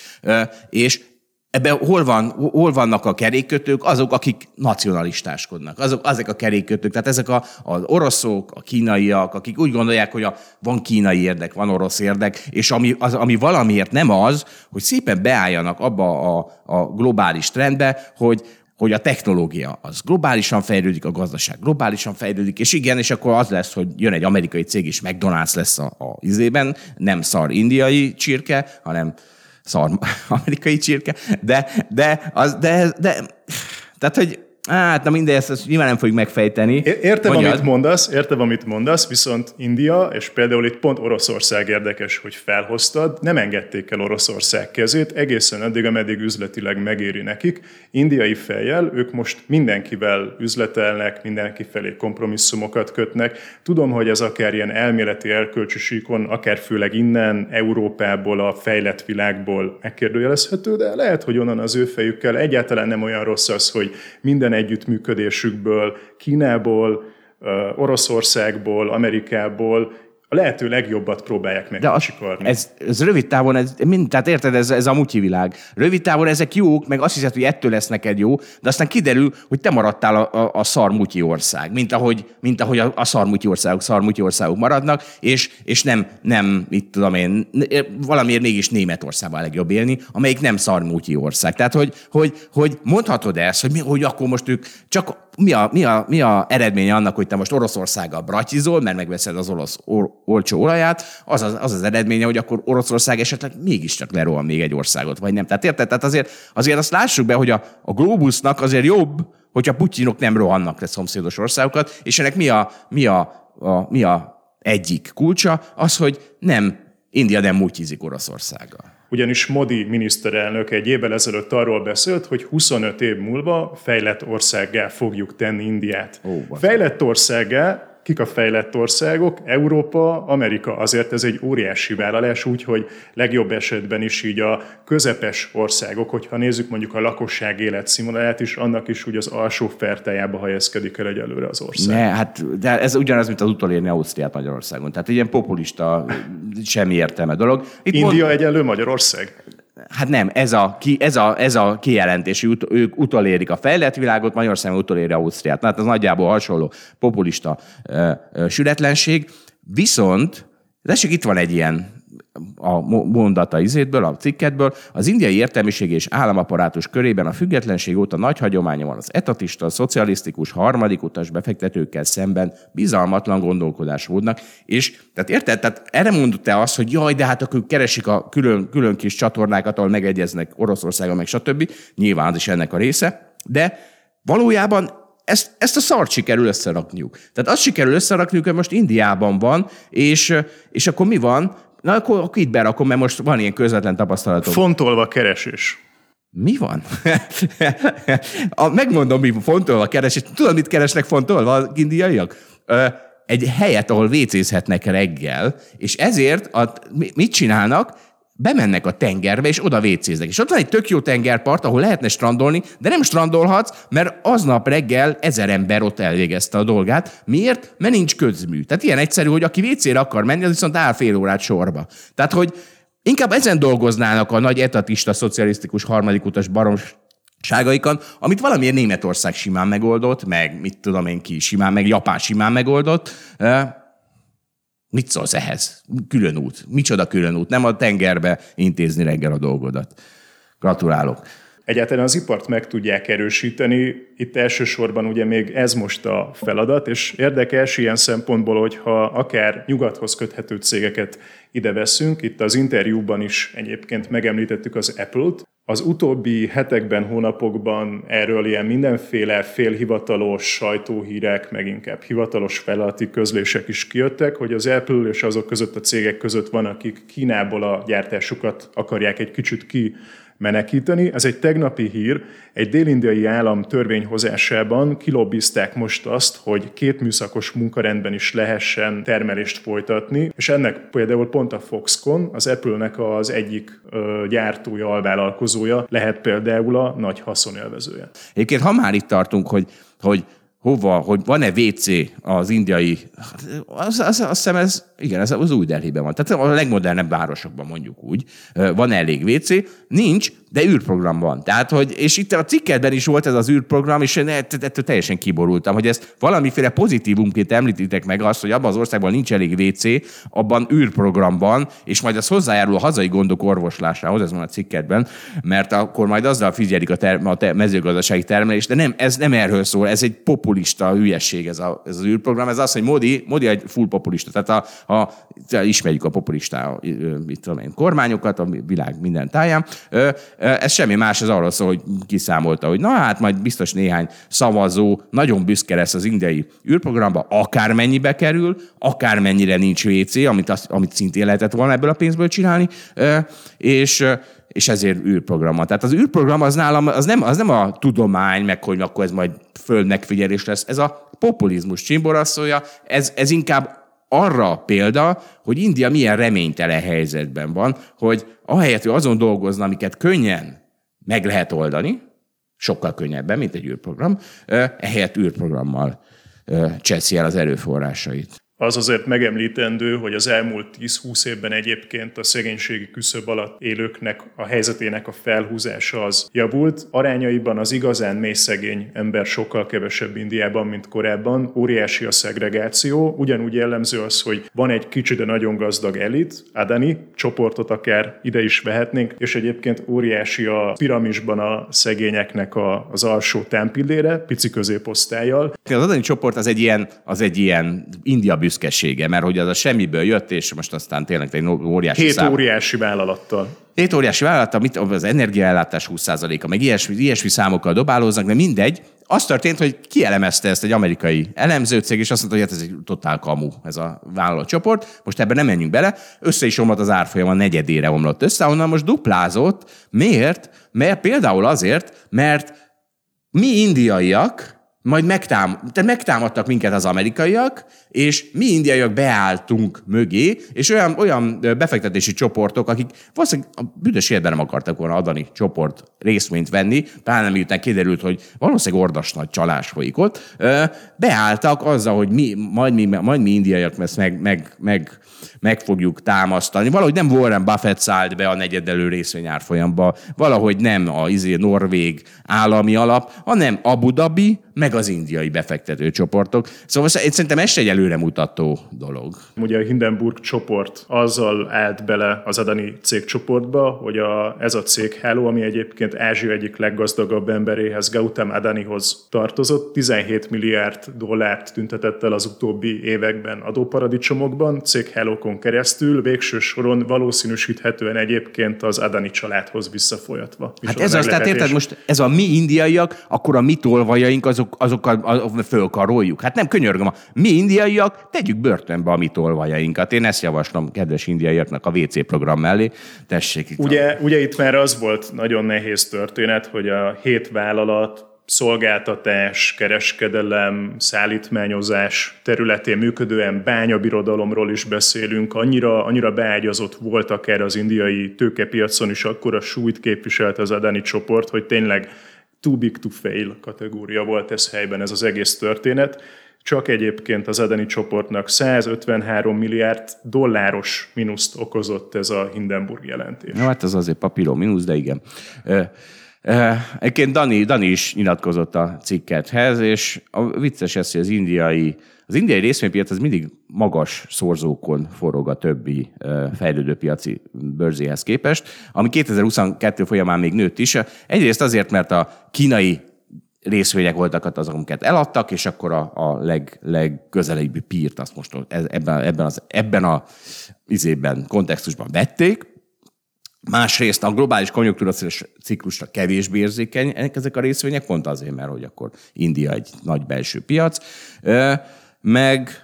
És ebben hol, van, hol vannak a kerékkötők? Azok, akik nacionalistáskodnak. Azok, azok a kerékkötők, tehát ezek a, az oroszok, a kínaiak, akik úgy gondolják, hogy a, van kínai érdek, van orosz érdek, és ami, az, ami valamiért nem az, hogy szépen beálljanak abba a, a globális trendbe, hogy hogy a technológia az globálisan fejlődik, a gazdaság globálisan fejlődik, és igen, és akkor az lesz, hogy jön egy amerikai cég, és McDonald's lesz a, a izében, nem szar indiai csirke, hanem szar amerikai csirke, de, de, az, de, de tehát, hogy hát, na mindegy, ezt, ezt nyilván nem fogjuk megfejteni. Értem, Mondjad. amit mondasz, értem, amit mondasz, viszont India, és például itt pont Oroszország érdekes, hogy felhoztad, nem engedték el Oroszország kezét, egészen addig, ameddig üzletileg megéri nekik. Indiai fejjel ők most mindenkivel üzletelnek, mindenki felé kompromisszumokat kötnek. Tudom, hogy ez akár ilyen elméleti erkölcsi síkon, akár főleg innen, Európából, a fejlett világból megkérdőjelezhető, de lehet, hogy onnan az ő fejükkel egyáltalán nem olyan rossz az, hogy minden együttműködésükből, Kínából, Oroszországból, Amerikából a lehető legjobbat próbálják meg kicsikarni. Ez, ez rövid távon, ez, mind, tehát érted, ez, ez a mutyi világ. Rövid távon ezek jók, meg azt hiszed, hogy ettől lesz neked jó, de aztán kiderül, hogy te maradtál a, a, a szarmutyi ország, mint ahogy, mint ahogy a, a szarmutyi országok szarmutyi országok maradnak, és, és nem, nem, mit tudom én, valamiért mégis Németországban a legjobb élni, amelyik nem szarmutyi ország. Tehát, hogy, hogy, hogy mondhatod ezt, hogy, mi, hogy akkor most ők csak mi a, mi, a, mi a eredménye annak, hogy te most Oroszországgal bratyizol, mert megveszed az orosz or, olcsó olaját, az az, az az eredménye, hogy akkor Oroszország esetleg mégiscsak lerohan még egy országot, vagy nem. Tehát érted? Tehát azért, azért azt lássuk be, hogy a, a globusnak azért jobb, hogyha putyinok nem rohannak le szomszédos országokat, és ennek mi a, mi a, a, mi a egyik kulcsa? Az, hogy nem, India nem mutyizik Oroszországgal. Ugyanis Modi miniszterelnök egy évvel ezelőtt arról beszélt, hogy huszonöt év múlva fejlett országgá fogjuk tenni Indiát. Ó, fejlett országgá, kik a fejlett országok? Európa, Amerika. Azért ez egy óriási vállalás, úgyhogy legjobb esetben is így a közepes országok, hogyha nézzük mondjuk a lakosság életszínvonalát is, annak is úgy az alsó fertájába helyezkedik el egyelőre az ország. Ne, hát de ez ugyanaz, mint az utolérni Ausztriát Magyarországon. Tehát ilyen populista, semmi értelme dolog. Itt India mond... egyenlő Magyarország? Hát nem, ez a, ki, ez a, ez a kijelentés, ut, ők utolérik a fejlett világot, Magyarországon utoléri Ausztriát. Hát az nagyjából hasonló populista ö, ö, sületlenség. Viszont, tessék, itt van egy ilyen a mondata izétből, a cikketből, az indiai értelmiség és államapparátus körében a függetlenség óta nagy hagyománya van az etatista, szocialisztikus, harmadik utas befektetőkkel szemben bizalmatlan gondolkodásmódnak, és tehát érted? Tehát erre mondod te azt, hogy jaj, de hát akkor ők keresik a külön, külön kis csatornákat, ahol megegyeznek Oroszországon, meg stb. Nyilván az is ennek a része, de valójában Ezt, ezt a szart sikerül összerakniuk. Tehát azt sikerül összerakniuk, hogy most Indiában van, és, és akkor mi van? Na, akkor, akkor itt berakom, mert most van ilyen közvetlen tapasztalatom. Fontolva keresés. Mi van? a, megmondom, mi fontolva keresés. Tudod, mit keresnek fontolva az indiaiak? Egy helyet, ahol vécézhetnek reggel, és ezért a, mit csinálnak? Bemennek a tengerbe, és oda vécéznek. És ott van egy tök jó tengerpart, ahol lehetne strandolni, de nem strandolhatsz, mert aznap reggel ezer ember ott elvégezte a dolgát. Miért? Mert nincs közmű. Tehát ilyen egyszerű, hogy aki vécére akar menni, az viszont áll fél órát sorba. Tehát, hogy inkább ezen dolgoznának a nagy etatista, szocialisztikus, harmadik utas baromságaikon, amit valamiért Németország simán megoldott, meg mit tudom én ki simán, meg Japán simán megoldott. Mit szólsz ehhez? Külön út. Micsoda külön út? Nem a tengerbe intézni reggel a dolgodat. Gratulálok. Egyáltalán az ipart meg tudják erősíteni. Itt elsősorban ugye még ez most a feladat, és érdekes ilyen szempontból, hogyha akár nyugathoz köthető cégeket ide veszünk, itt az interjúban is egyébként megemlítettük az Apple-t. Az utóbbi hetekben, hónapokban erről ilyen mindenféle félhivatalos sajtóhírek, meg inkább hivatalos feladati közlések is kijöttek, hogy az Apple és azok között a cégek között van, akik Kínából a gyártásukat akarják egy kicsit ki menekíteni. Ez egy tegnapi hír. Egy dél-indiai állam törvényhozásában kilobbizták most azt, hogy két műszakos munkarendben is lehessen termelést folytatni, és ennek például pont a Foxconn, az Apple-nek az egyik ö, gyártója, alvállalkozója lehet például a nagy haszonélvezője. Egyébként, ha már itt tartunk, hogy, hogy hova, hogy van-e vé cé az indiai, az, az, azt hiszem ez, igen, ez az új Delhiben van. Tehát a legmodernebb városokban mondjuk úgy. Van elég vé cé? Nincs, de űrprogram van. Tehát, hogy, és itt a cikkedben is volt ez az űrprogram, és én ettől teljesen kiborultam, hogy ezt valamiféle pozitívumként említitek meg azt, hogy abban az országban nincs elég vé cé, abban űrprogram van, és majd az hozzájárul a hazai gondok orvoslásához, ez van a cikkedben, mert akkor majd azzal figyelik a, term- a ter- mezőgazdasági termelést, de nem, ez nem erről szól, ez egy populista hülyesség ez, a, ez az űrprogram. Ez az, hogy Modi, Modi egy full populista, tehát a, a, ismerjük a populista mit tudom én, kormányokat a világ minden táján. Ez semmi más, ez arról szól, hogy kiszámolta, hogy na hát majd biztos néhány szavazó nagyon büszke lesz az indiai űrprogramba, akármennyibe kerül, akármennyire nincs vé cé, amit, azt, amit szintén lehetett volna ebből a pénzből csinálni, és és ezért űrprogramma. Tehát az űrprogram az nálam, az nem, az nem a tudomány, meg hogy akkor ez majd föld megfigyelés lesz, ez a populizmus csimboraszója, ez, ez inkább arra példa, hogy India milyen reménytelen helyzetben van, hogy ahelyett, hogy azon dolgozna, amiket könnyen meg lehet oldani, sokkal könnyebben, mint egy űrprogram, ehelyett űrprogrammal cseszi el az erőforrásait. Az azért megemlítendő, hogy az elmúlt tíz-húsz évben egyébként a szegénységi küszöb alatt élőknek a helyzetének a felhúzása az javult. Arányaiban az igazán mély szegény ember sokkal kevesebb Indiában, mint korábban. Óriási a szegregáció. Ugyanúgy jellemző az, hogy van egy kicsi, de nagyon gazdag elit, Adani csoportot akár ide is vehetnénk, és egyébként óriási a piramisban a szegényeknek a, az alsó támpillére, pici középosztállyal. Az Adani csoport az egy ilyen, az egy ilyen India büszkesége, mert hogy az a semmiből jött, és most aztán tényleg egy óriási Hét szám. óriási vállalattal. Hét óriási vállalattal, mit, az energiaellátás húsz százaléka, meg ilyesmi, ilyesmi számokkal dobálóznak, de mindegy. Az történt, hogy kielemezte ezt egy amerikai elemzőcég, és azt mondta, hogy ez egy totál kamu, ez a vállalatcsoport. Most ebben nem menjünk bele. Össze is omlott az árfolyam, a negyedére omlott össze, onnan most duplázott. Miért? Mert például azért, mert mi indiaiak majd megtám, tehát megtámadtak minket az amerikaiak, és mi indiaiak beálltunk mögé, és olyan, olyan befektetési csoportok, akik valószínűleg a büdös életben nem akartak volna Adani csoport részvényt venni, pláne miután kiderült, hogy valószínűleg ordas nagy csalás folyik ott, beálltak azzal, hogy mi, majd, mi, majd mi indiaiak ezt meg, meg, meg, meg fogjuk támasztani. Valahogy nem Warren Buffett szállt be a negyedelő részvényárfolyamba, valahogy nem a izé, norvég állami alap, hanem Abu Dhabi, meg az indiai befektető csoportok. Szóval szerintem ez egy előremutató dolog. Ugye a Hindenburg csoport azzal állt bele az Adani cégcsoportba, hogy a, ez a cégháló, ami egyébként Ázsia egyik leggazdagabb emberéhez, Gautam Adanihoz tartozott, tizenhét milliárd dollárt tüntetett el az utóbbi években adóparadicsomokban, céghálókon keresztül, végső soron valószínűsíthetően egyébként az Adani családhoz visszafolyatva. Hát ez az, tehát érted, most ez a mi indiaiak, akkor a mi tolvajaink azok, azokkal fölkaroljuk. Hát nem, könyörgöm, a mi indiaiak, tegyük börtönbe a mi tolvajainkat. Én ezt javaslom kedves indiaiaknak a vé cé program mellé. Tessék itt. Ugye, ugye itt már az volt nagyon nehéz történet, hogy a hét vállalat szolgáltatás, kereskedelem, szállítmányozás területén működően bányabirodalomról is beszélünk, annyira, annyira beágyazott volt akár az indiai tőkepiacon is, akkor a súlyt képviselt az Adani csoport, hogy tényleg too big to fail kategória volt ez helyben, ez az egész történet. Csak egyébként az Adani csoportnak százötvenhárom milliárd dolláros mínuszt okozott ez a Hindenburg jelentés. Na hát az azért papíró mínusz, de igen. Egyébként Dani, Dani is nyilatkozott a cikkethez, és a vicces ez, hogy az indiai, az indiai részvénypiac az mindig magas szorzókon forog a többi fejlődő piaci bőrzéhez képest, ami kétezer-huszonkettő folyamán még nőtt is. Egyrészt azért, mert a kínai részvények voltak az, amiket eladtak, és akkor a, a leg, legközelebbi pírt azt most ebben, ebben, az, ebben a izében, kontextusban vették. Másrészt a globális konjunktúra ciklusra kevésbé érzékenyek ezek a részvények, pont azért, mert hogy akkor India egy nagy belső piac, meg,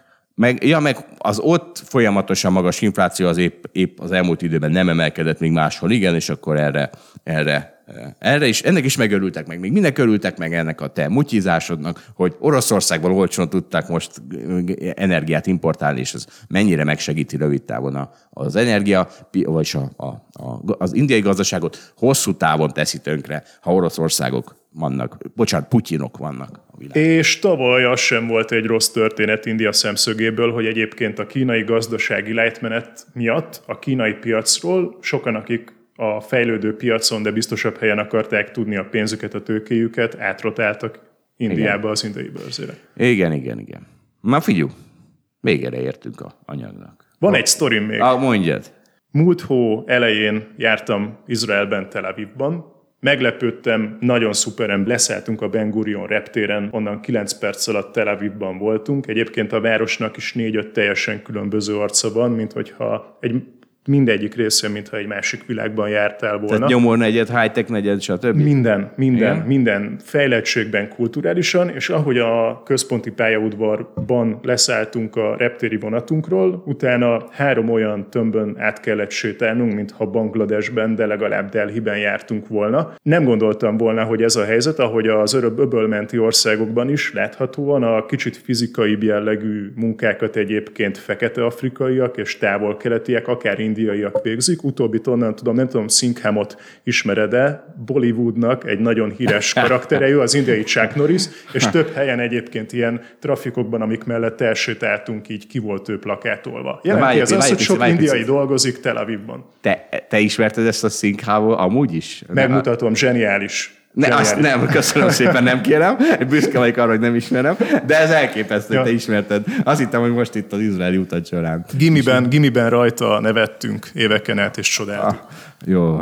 Meg, ja, meg az ott folyamatosan magas infláció az épp, épp az elmúlt időben nem emelkedett, még máshol igen, és akkor erre, erre, erre is, ennek is megörültek meg. Még mindenek örültek meg ennek a te mutyizásodnak, hogy Oroszországból olcsón tudták most energiát importálni, és ez mennyire megsegíti rövid távon az energia, vagyis a, a, a, az indiai gazdaságot hosszú távon teszi tönkre, ha Oroszországok vannak, bocsánat, Putyinok vannak a világban. És tavaly az sem volt egy rossz történet India szemszögéből, hogy egyébként a kínai gazdasági lejtmenet miatt a kínai piacról sokan, akik a fejlődő piacon, de biztosabb helyen akarták tudni a pénzüket, a tőkéjüket, átrotáltak Indiába, igen. Az indiai bőrzére. Igen, igen, igen. Na figyelj, végére értünk a anyagnak. Van egy sztorim még. Ah, mondjad. Múlt hó elején jártam Izraelben, Tel Avivban. Meglepődtem, nagyon szuperen, leszálltunk a Ben Gurion reptéren, onnan kilenc perc alatt Tel Avivban voltunk. Egyébként a városnak is négy-öt teljesen különböző arca van, mint hogyha egy mindegyik része, mintha egy másik világban jártál volna. Tehát nyomor negyed, high-tech negyed, stb. Minden, minden, igen? minden fejlettségben, kulturálisan, és ahogy a központi pályaudvarban leszálltunk a reptéri vonatunkról, utána három olyan tömbön át kellett sétálnunk, mintha Bangladesben, de legalább Delhiben jártunk volna. Nem gondoltam volna, hogy ez a helyzet, ahogy az örök öbölmenti országokban is láthatóan a kicsit fizikai jellegű munkákat egyébként fekete-afrikaiak és távol-keletiek, akár indiaiak végzik. Utóbbit onnan tudom, nem tudom, Singhamot ismered-e, Bollywoodnak egy nagyon híres karaktere, ő az indiai Chuck Norris, és több helyen egyébként ilyen trafikokban, amik mellett elsétáltunk, így ki volt ő plakátolva. Jelenti ez az, hogy sok indiai dolgozik Tel Avivban. Te, te ismerted ezt a Singhamot amúgy is? Megmutatom, zseniális. Ne, azt nem, köszönöm szépen, nem kérem. Büszke vagyok arra, hogy nem ismerem, de ez elképesztő, hogy ja. te ismerted. Azt hittem, hogy most itt az izraeli utat során. Gimiben, gimiben rajta nevettünk éveken át, és csodáltuk. Ah, jó,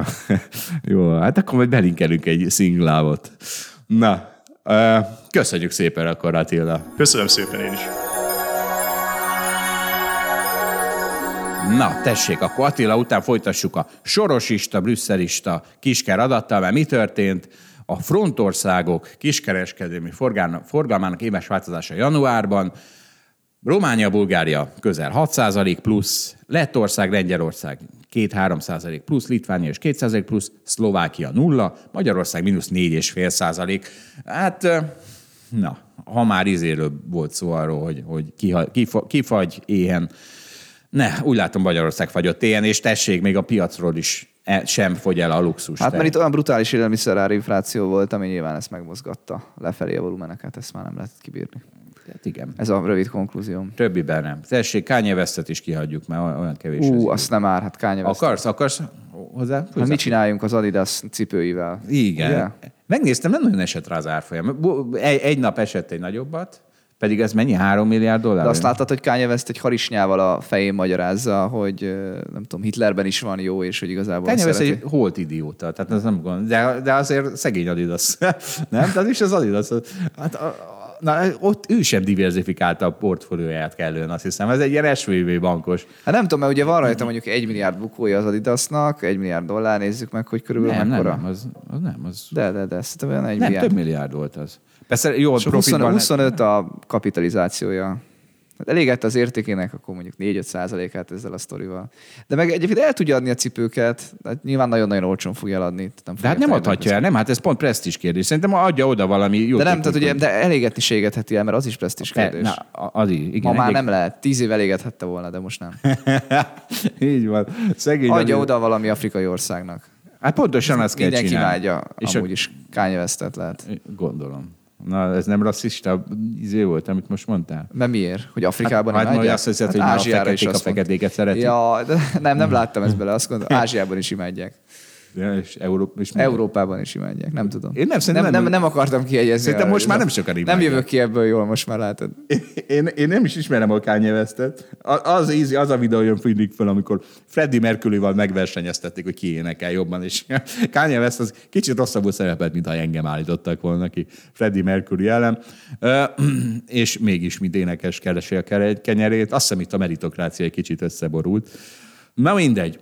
jó, hát akkor majd belinkelünk egy Singhamot. Na, köszönjük szépen akkor, Attila. Köszönöm szépen én is. Na, tessék, akkor Attila után folytassuk a sorosista, brüsszelista kisker adattal, mert mi történt? A frontországok kiskereskedelmi forgalmának éves változása januárban, Románia, Bulgária közel hat százalék plusz, Lettország, Lengyelország két-három százalék plusz, Litvánia és két százalék plusz, Szlovákia nulla, Magyarország mínusz négy egész öt százalék. Hát, na, ha már izéről volt szó arról, hogy, hogy kifagy éhen, ne, úgy látom Magyarország fagyott éhen, és tessék, még a piacról is sem fogy el a luxus. Hát mert itt olyan brutális élelmiszerár infláció volt, ami nyilván ezt megmozgatta lefelé a volumeneket, ezt már nem lehet kibírni. Hát igen. Ez a rövid konklúzióm. Többiben nem. Tessék, Kanye Westet is kihagyjuk, mert olyan kevés. Ú, azt nem ár, hát Kanye West. Akarsz, akarsz hozzá? Hát mit csináljunk az Adidas cipőivel? Igen. Ugye? Megnéztem, nem nagyon esett rá az árfolyam. Egy, egy nap esett egy nagyobbat, pedig ez mennyi? Három milliárd dollár? De azt láttad, hogy Kanye West egy harisnyával a fején magyarázza, hogy nem tudom, Hitlerben is van jó, és hogy igazából Kanye West szereti. egy holt idióta, tehát ez nem gond. De, de azért szegény Adidas. Nem? Tehát is az Adidas. Hát, na, ott ő sem diversifikálta a portfólióját kellően, azt hiszem. Ez egy ilyen es vé bé bankos. Hát nem tudom, mert ugye van rajta mondjuk egy milliárd bukója az Adidasnak, egy milliárd dollár, nézzük meg, hogy körülbelül nem, mekkora. Nem, az, az nem. Az... De, de, de, szerintem olyan egy nem, milliárd. több milliárd volt az. Persze jó, profitban... huszonöt a kapitalizációja. Hát elégett az értékének, akkor mondjuk négy-öt százalékát ezzel a sztorival. De meg egyébként el tudja adni a cipőket, hát nyilván nagyon-nagyon olcsón fogja eladni. Nem de hát nem adhatja el, nem? Hát ez pont presztízs kérdés. Szerintem adja oda valami jó. De nem, tehát ugye, de elégetni se égetheti el, mert az is presztízs kérdés. Na, az így, igen. Ma már egyik... nem lehet. Tíz év elégethette volna, de most nem. Így van. Szegény adja adja oda valami afrikai országnak. Hát pontosan azt kell mindenki csinálni. Mindenki imádja, és amúgy a... is Kanye Westet lehet. Gondolom. Na, ez nem rasszista izé volt, amit most mondtál? Mert miért? Hogy Afrikában hát, nem imádják? Azt hiszed, hát hogy Ázsiára is a feketéket szeretik. Ja, de nem, nem láttam ezt bele. Azt gondolom, Ázsiában is imádják. Ja, és Európa, és Európában is imádják, nem tudom. Én nem, nem, nem, nem, nem akartam kiegyezni. Szerintem most már nem sokan imádják. Nem jövök ki ebből jól, most már látod. Én, én nem is ismerem a Kanye Westet. Az, easy, az a videó jön fénylik föl, amikor Freddie Mercury-val megversenyeztették, hogy ki énekel jobban, és Kanye West az kicsit rosszabbul szerepelt, mintha engem állítottak volna ki Freddie Mercury ellen. És mégis mint énekes keresi a kenyerét. Azt hiszem, itt a meritokrácia egy kicsit összeborult. Na mindegy.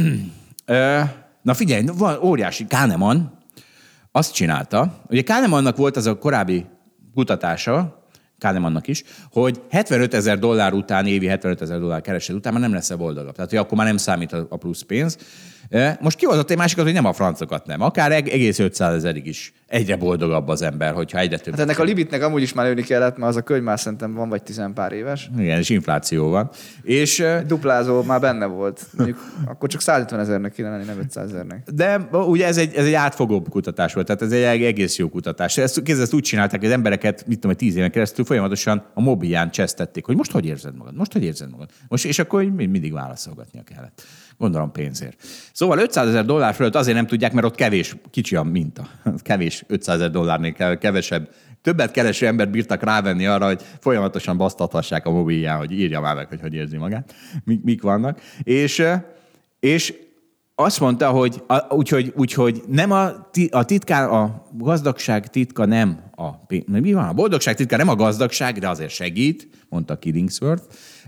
Na figyelj, van óriási Kahneman azt csinálta, ugye Kahnemannak volt az a korábbi kutatása, Kahnemannak is, hogy hetvenöt ezer dollár után, évi hetvenöt ezer dollár keresed után már nem lesz boldogabb. Tehát, hogy akkor már nem számít a plusz pénz. Most kihozott egy másikat, hogy nem a francokat nem. Akár egész ötszázezerig is egyre boldogabb az ember, hogyha egyre több. Hát ennek a limitnek amúgy is már lőni kellett, mert az a könyv már szerintem van vagy tizenpár éves. Igen, és infláció van. És, duplázó már benne volt. Mondjuk akkor csak százötven ezernek kéne lenni, nem ötszázezernek. De ugye ez egy, ez egy átfogóbb kutatás volt, tehát ez egy egész jó kutatás. Ezt, ezt úgy csinálták, hogy az embereket, mit tudom, tíz éven keresztül folyamatosan a mobilján csesztették, hogy most hogy érzed magad, most hogy érzed magad. Most, és akkor mindig válaszolgatnia kellett. Gondolom pénzért. Szóval ötszázezer dollár fölött azért nem tudják, mert ott kevés, kicsi a minta. Kevés ötszázezer dollárnél kevesebb. Többet kereső embert bírtak rávenni arra, hogy folyamatosan basztathassák a mobilján, hogy írja már meg, hogy hogy érzi magát, mik, mik vannak. És, és azt mondta, hogy úgyhogy úgy, nem a, a titkán, a gazdagság titka nem a pénz. Mi van? A boldogság titka nem a gazdagság, de azért segít, mondta Killingsworth.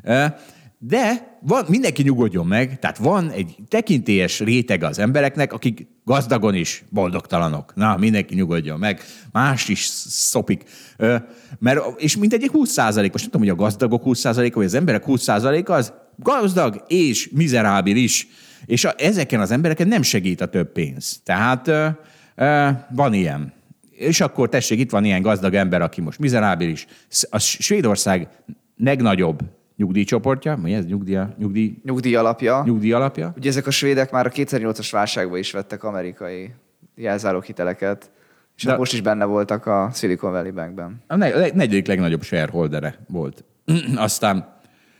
De van, mindenki nyugodjon meg, tehát van egy tekintélyes réteg az embereknek, akik gazdagon is boldogtalanok. Na, mindenki nyugodjon meg, más is szopik. Mert, és mindegyik húsz százalék, most nem tudom, hogy a gazdagok húsz százaléka, vagy az emberek húsz százaléka az gazdag és mizerábilis. És a, ezeken az embereken nem segít a több pénz. Tehát ö, ö, van ilyen. És akkor tessék, itt van ilyen gazdag ember, aki most mizerábilis. A Svédország legnagyobb nyugdíjcsoportja, mi ez? Nyugdíj, nyugdíj... Nyugdíj alapja. Nyugdíj alapja. Ugye ezek a svédek már a kétezer-nyolcas válságban is vettek amerikai jelzáloghiteleket, és de... most is benne voltak a Silicon Valley Bankben. A negyedik legnagyobb shareholdere volt. Aztán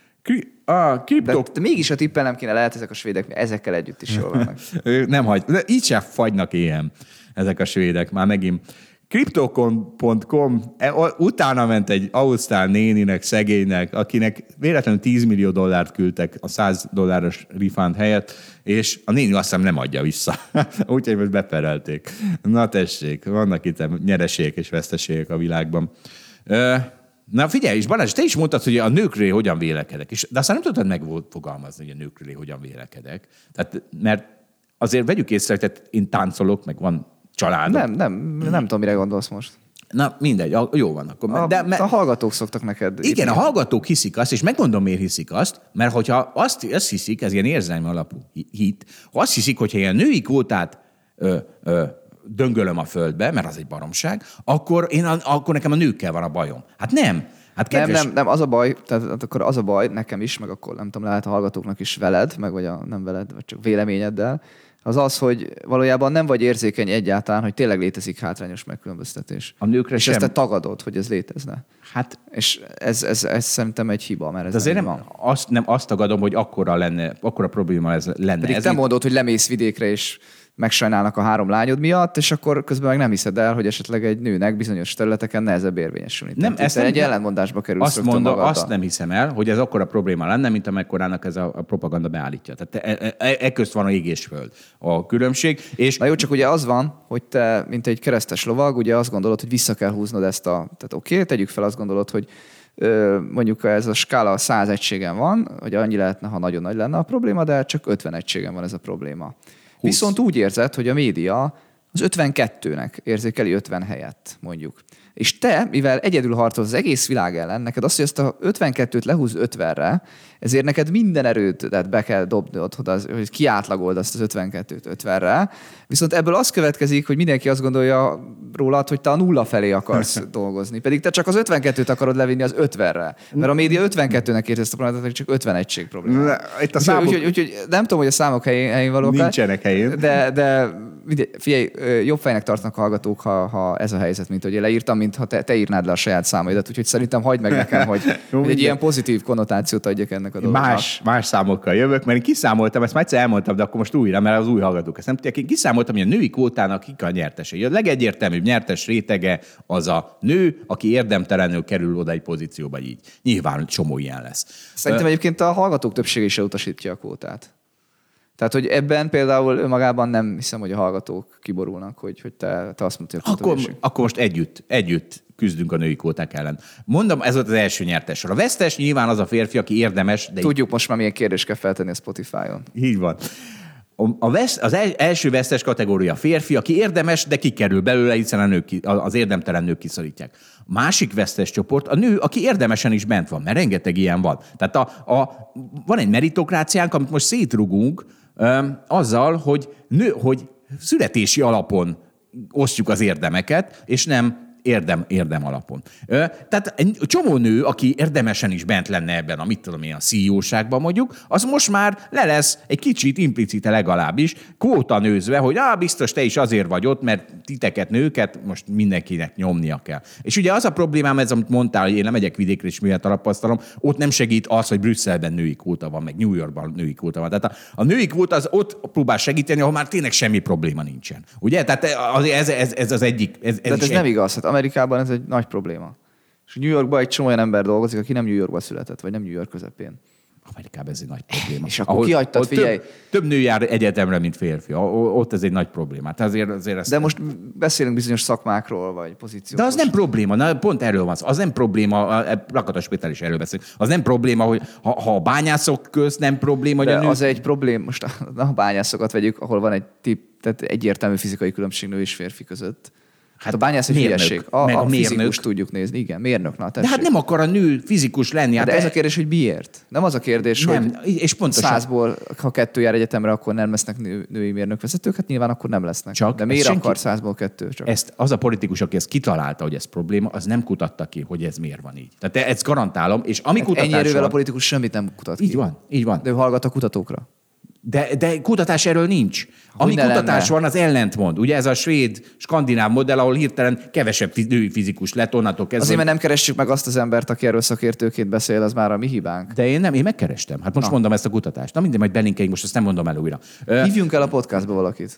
a kriptok... De, de mégis a tippel nem kéne, lehet ezek a svédek ezekkel együtt is jól vannak. Nem hagy. De így sem fagynak ilyen ezek a svédek, már megint. Cryptocon pont com utána ment egy ausztrál néninek, szegénynek, akinek véletlenül tíz millió dollárt küldtek a száz dolláros refund helyett, és a néni azt hiszem nem adja vissza. Úgyhogy most beperelték. Na tessék, vannak itt nyereségek és veszteségek a világban. Na figyelj, és Balázs, te is mondtad, hogy a nőkről hogyan vélekedek, és, de aztán nem tudtad megfogalmazni, hogy a nőkről hogyan vélekedek. Tehát, mert azért vegyük észre, tehát én táncolok, meg van családok. Nem, nem, nem tudom, mire gondolsz most. Na, mindegy, jó van akkor. A, de, mert, a hallgatók szoktak neked. Igen, a hallgatók hiszik azt, és megmondom, miért hiszik azt, mert hogyha azt, azt hiszik, ez ilyen érzelmi alapú hit, ha azt hiszik, hogyha ilyen női kvótát ö, ö, döngölöm a földbe, mert az egy baromság, akkor, én, akkor nekem a nőkkel van a bajom. Hát nem. Hát kedves... Nem, nem, nem, az a baj, tehát akkor az a baj nekem is, meg akkor nem tudom, lehet a hallgatóknak is veled, meg vagy a, nem veled, vagy csak véleményeddel, az az, hogy valójában nem vagy érzékeny egyáltalán, hogy tényleg létezik hátrányos megkülönböztetés. A nőkre és sem. ezt te tagadod, hogy ez létezne. Hát, és ez, ez, ez szerintem egy hiba, mert ez azért nem, nem van. Azt, nem azt tagadom, hogy akkora lenne, akkora probléma ez lenne. Pedig ez te itt... mondod, hogy lemész vidékre, és megsajnálnak a három lányod miatt, és akkor közben meg nem hiszed el, hogy esetleg egy nőnek bizonyos területeken nehezebb érvényesülni. Nem, ezt nem, egy ellentmondásba kerülsz. Azt mondom, azt nem hiszem el, hogy ez akkora probléma lenne, mint amekkorának ez a, a propaganda beállítja. Tehát e, e, e közt van a ég és föld a különbség. És... Na jó, csak ugye az van, hogy te, mint egy keresztes lovag, ugye azt gondolod, hogy vissza kell húznod ezt a... Tehát oké, okay, tegyük fel, azt gondolod, hogy mondjuk ez a skála száz egységen van, hogy annyi lehetne, ha nagyon nagy lenne a probléma, de csak ötven egységen van ez a probléma. húsz. Viszont úgy érzed, hogy a média az ötvenkettőnek érzékeli ötven helyett, mondjuk. És te, mivel egyedül harcolsz az egész világ ellen, neked azt, hogy ezt a ötvenkettőt lehúz ötvenre, ezért neked minden erőt be kell dobnod, hogy kiátlagold azt az ötvenkettőt ötvenre. Viszont ebből az következik, hogy mindenki azt gondolja rólad, hogy te a nulla felé akarsz dolgozni. Pedig te csak az ötvenkettőt akarod levinni az ötvenre. Mert a média ötvenkettőnek érzi ezt a problémát, csak ötven egység probléma. Itt a számok... Úgyhogy úgy, úgy, nem tudom, hogy a számok helyén, helyén valók. Nincsenek helyén. De, de figyelj, jobb fejnek tartnak a hallgatók, ha, ha ez a helyzet, mint hogy én leírtam, mint ha te, te írnád le a saját számaidat. Úgyhogy szerintem hagyd meg nekem, hogy, hogy egy ilyen pozitív konnotációt adjak ennek a dolognak. Más, más számokkal jövök, mert én kiszámoltam, ezt már egyszer elmondtam, de akkor most újra, mert az új hallgatók ezt nem tudják. Én kiszámoltam, hogy a női kvótának kik a nyertesei. A legegyértelműbb nyertes rétege az a nő, aki érdemtelenül kerül oda egy pozícióba így. Nyilván csomó ilyen lesz. Szerintem egyébként a hallgatók többsége is elutasítja a kvótát. Tehát, hogy ebben például önmagában nem hiszem, hogy a hallgatók kiborulnak, hogy, hogy te, te azt mondtad, hogy akkor, akkor most együtt, együtt küzdünk a női kvóták ellen. Mondom, ez volt az első nyertes. A vesztes nyilván az a férfi, aki érdemes. De tudjuk így... most már milyen kérdést kell feltenni a Spotify-on. Így van. A vesz, az első vesztes kategória férfi, aki érdemes, de kikerül belőle, hiszen a nők, az érdemtelen nők kiszorítják. A másik vesztes csoport a nő, aki érdemesen is bent van, mert rengeteg ilyen van. Tehát a, a, van egy meritokráciánk, amit most szétrugunk öm, azzal, hogy, nő, hogy születési alapon osztjuk az érdemeket, és nem Érdem, érdem alapon. Tehát egy csomó nő, aki érdemesen is bent lenne ebben a, mit tudom én, a cé í ó-ságban mondjuk, az most már le lesz egy kicsit implicite legalábbis kvóta nőzve, hogy á, biztos te is azért vagy ott, mert titeket, nőket most mindenkinek nyomnia kell. És ugye az a problémám, ez, amit mondtál, hogy én nem megyek vidékre, és miért tapasztalom, ott nem segít az, hogy Brüsszelben női kvóta van, meg New Yorkban női kvóta van. Tehát a, a női kvóta az ott próbál segíteni, ahol már tényleg semmi probléma nincsen. Ugye? Tehát ez, ez, ez az egyik. Ez, ez, Tehát ez egy... nem igaz. Hát Amerikában ez egy nagy probléma. És New Yorkban egy csomó olyan ember dolgozik, aki nem New Yorkban született, vagy nem New York közepén. Amerikában ez egy nagy probléma. És akkor kihagytad, figyelj. Több, több nő jár egyetemre, mint férfi. Ott ez egy nagy probléma. Azért, azért ezt De most beszélünk bizonyos szakmákról, vagy pozíciókról. De az nem probléma. Na, pont erről van szó. Az nem probléma, Lakatos Péter is erről beszél. Az nem probléma, hogy ha, ha a bányászok közt nem probléma, hogy De a nő... az egy probléma, most a, a bányászokat vegyük, ahol van egy tip, tehát egyértelmű fizikai különbség nő és férfi között. Hát a bányász egy hülyeség. A, meg a, a mérnök. fizikus tudjuk nézni. Igen, mérnök. Na, de hát nem akar a nő fizikus lenni. Hát de ez a kérdés, hogy miért? Nem az a kérdés, nem, hogy és pontosan. százból, ha kettő jár egyetemre, akkor nem lesznek nő, női mérnökvezetők, hát nyilván akkor nem lesznek. Csak de miért senki... akar százból kettő? Csak? Ezt az a politikus, aki ezt kitalálta, hogy ez probléma, az nem kutatta ki, hogy ez miért van így. Tehát ezt garantálom, és ami hát kutatás ennyi erővel van, a politikus semmit nem kutat ki. Így van, így van. De ő hallgat a kutatókra. De, de kutatás erről nincs. Ami kutatás lenne? Van, az ellentmond. Ugye ez a svéd, skandináv modell, ahol hirtelen kevesebb női fizikus lett, onnantól kezdve. Azért, mert nem keressük meg azt az embert, aki erről szakértőként beszél, az már a mi hibánk. De én nem, én megkerestem. Hát most Na. mondom ezt a kutatást. Na minden, majd belinkeljük, most ezt nem mondom el újra. Hívjunk el a podcastba valakit.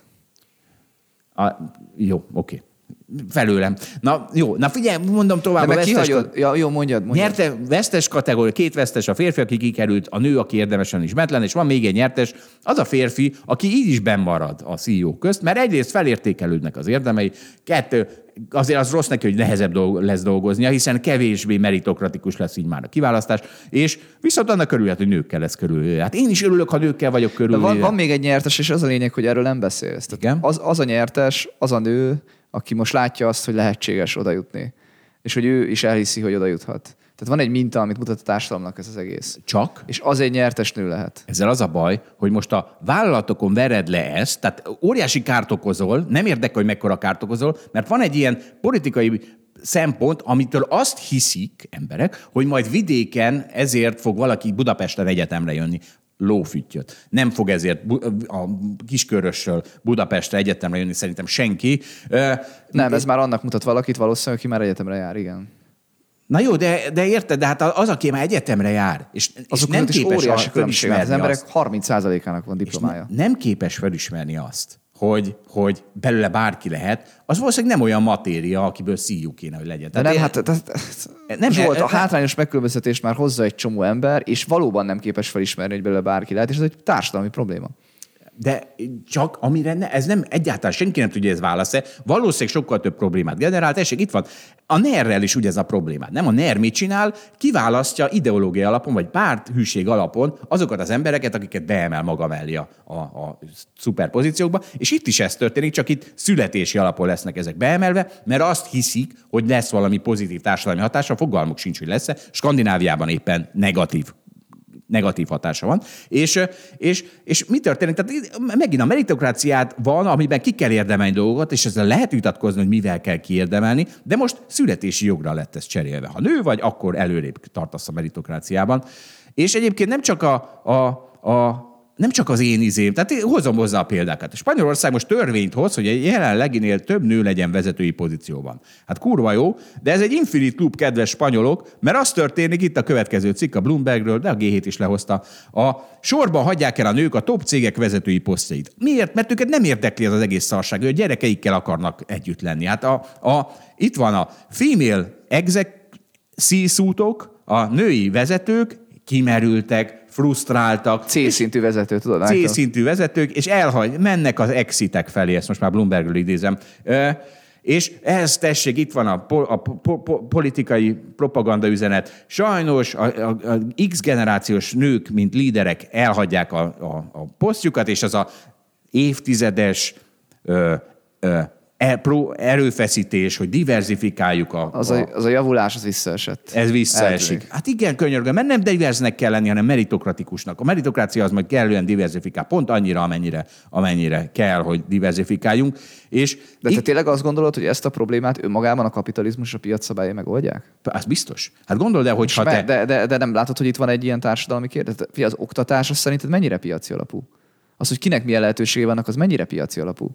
A, jó, oké. Felőlem. Na jó, na figyelj, mondom tovább. De a vesztes kat... ja, jó, mondjad, mondjad. Nyerte vesztes kategória, két vesztes a férfi, aki kikerült, a nő, aki érdemesen is bent, és van még egy nyertes, az a férfi, aki így is benn marad a cé í ó közt, mert egyrészt felértékelődnek az érdemei, kettő, azért az rossz neki, hogy nehezebb dolg, lesz dolgoznia, hiszen kevésbé meritokratikus lesz így már a kiválasztás, és viszont annak örülhet, hogy nőkkel lesz körül. Hát én is örülök, ha nőkkel vagyok körül. Van, van még egy nyertes, és az a lényeg, hogy erről nem beszélsz. Igen? Az, az a nyertes, az a nő, aki most látja azt, hogy lehetséges odajutni. És hogy ő is elhiszi, hogy odajuthat. Tehát van egy minta, amit mutat a társadalomnak ez az egész. Csak? És az egy nyertes nő lehet. Ezzel az a baj, hogy most a vállalatokon vered le ezt, tehát óriási kárt okozol, nem érdekel, hogy mekkora kárt okozol, mert van egy ilyen politikai szempont, amitől azt hiszik emberek, hogy majd vidéken ezért fog valaki Budapesten egyetemre jönni. Lófüttyöt. Nem fog ezért a Kiskörösről Budapestre egyetemre jönni szerintem senki. Nem, ez már annak mutat valakit valószínűleg, aki már egyetemre jár, igen. Na jó, de, de érted, de hát az, aki már egyetemre jár, és, és nem képes óriási különbség. Az emberek azt, harminc százalékának van diplomája. Ne, nem képes felismerni azt, hogy, hogy belőle bárki lehet, az valószínűleg nem olyan matéria, akiből cé í ó kéne, hogy legyen. De nem, hát, hát, nem Zsolt, a hátrányos megkülönböztetést már hozza egy csomó ember, és valóban nem képes felismerni, hogy belőle bárki lehet, és ez egy társadalmi probléma. De csak amire ne, ez nem egyáltalán senki nem tudja, ez válasz-e. Valószínűleg sokkal több problémát generál. Tessék, itt van. A ner-rel is ugye ez a problémát. Nem a ner mit csinál? Kiválasztja ideológia alapon, vagy párthűség alapon azokat az embereket, akiket beemel maga mellé a, a, a szuperpozíciókba. És itt is ez történik, csak itt születési alapon lesznek ezek beemelve, mert azt hiszik, hogy lesz valami pozitív társadalmi hatása, fogalmuk sincs, hogy lesz-e. Skandináviában éppen negatív negatív hatása van. És, és, és mi történik? Tehát megint a meritokráciát van, amiben ki kell érdemelni dolgokat, és ezzel lehet vitatkozni, hogy mivel kell kiérdemelni, de most születési jogra lett ez cserélve. Ha nő vagy, akkor előrébb tartasz a meritokráciában. És egyébként nem csak a, a, a nem csak az én izém, tehát hozom hozzá a példákat. Spanyolország most törvényt hoz, hogy egy jelenleginél több nő legyen vezetői pozícióban. Hát kurva jó, de ez egy infinite loop, kedves spanyolok, mert az történik, itt a következő cikk a Bloombergről, de a gé hét is lehozta. A sorban hagyják el a nők a top cégek vezetői posztjait. Miért? Mert őket nem érdekli ez az egész szarság, hogy a gyerekeikkel akarnak együtt lenni. Hát a, a, itt van a female exec C-suitok, a női vezetők, kimerültek, frusztráltak. C-szintű vezető, tudod? C-szintű vezetők, és elhagy, mennek az exitek felé, ezt most már Bloombergről idézem. És ehhez tessék, itt van a, po- a po- po- politikai propaganda üzenet. Sajnos a, a, a X generációs nők, mint líderek elhagyják a, a, a posztjukat, és az a évtizedes ö, ö, erőfeszítés, hogy diverzifikáljuk a... Az a, az a javulás, az visszaesett. Ez visszaesik. Eltűnik. Hát igen, könyörgöm, mert nem diverznek kell lenni, hanem meritokratikusnak. A meritokrácia az majd kellően diverzifikál, pont annyira, amennyire, amennyire kell, hogy diverzifikáljunk. És De te tényleg azt gondolod, hogy ezt a problémát önmagában a kapitalizmus, a piac szabályai megoldják? Az biztos. Hát gondold el, hogy ha te... De, de, de nem látod, hogy itt van egy ilyen társadalmi kérdés? Az oktatás az szerinted mennyire piaci alapú? Az, hogy kinek milyen lehetőségei vannak, az mennyire piaci alapú?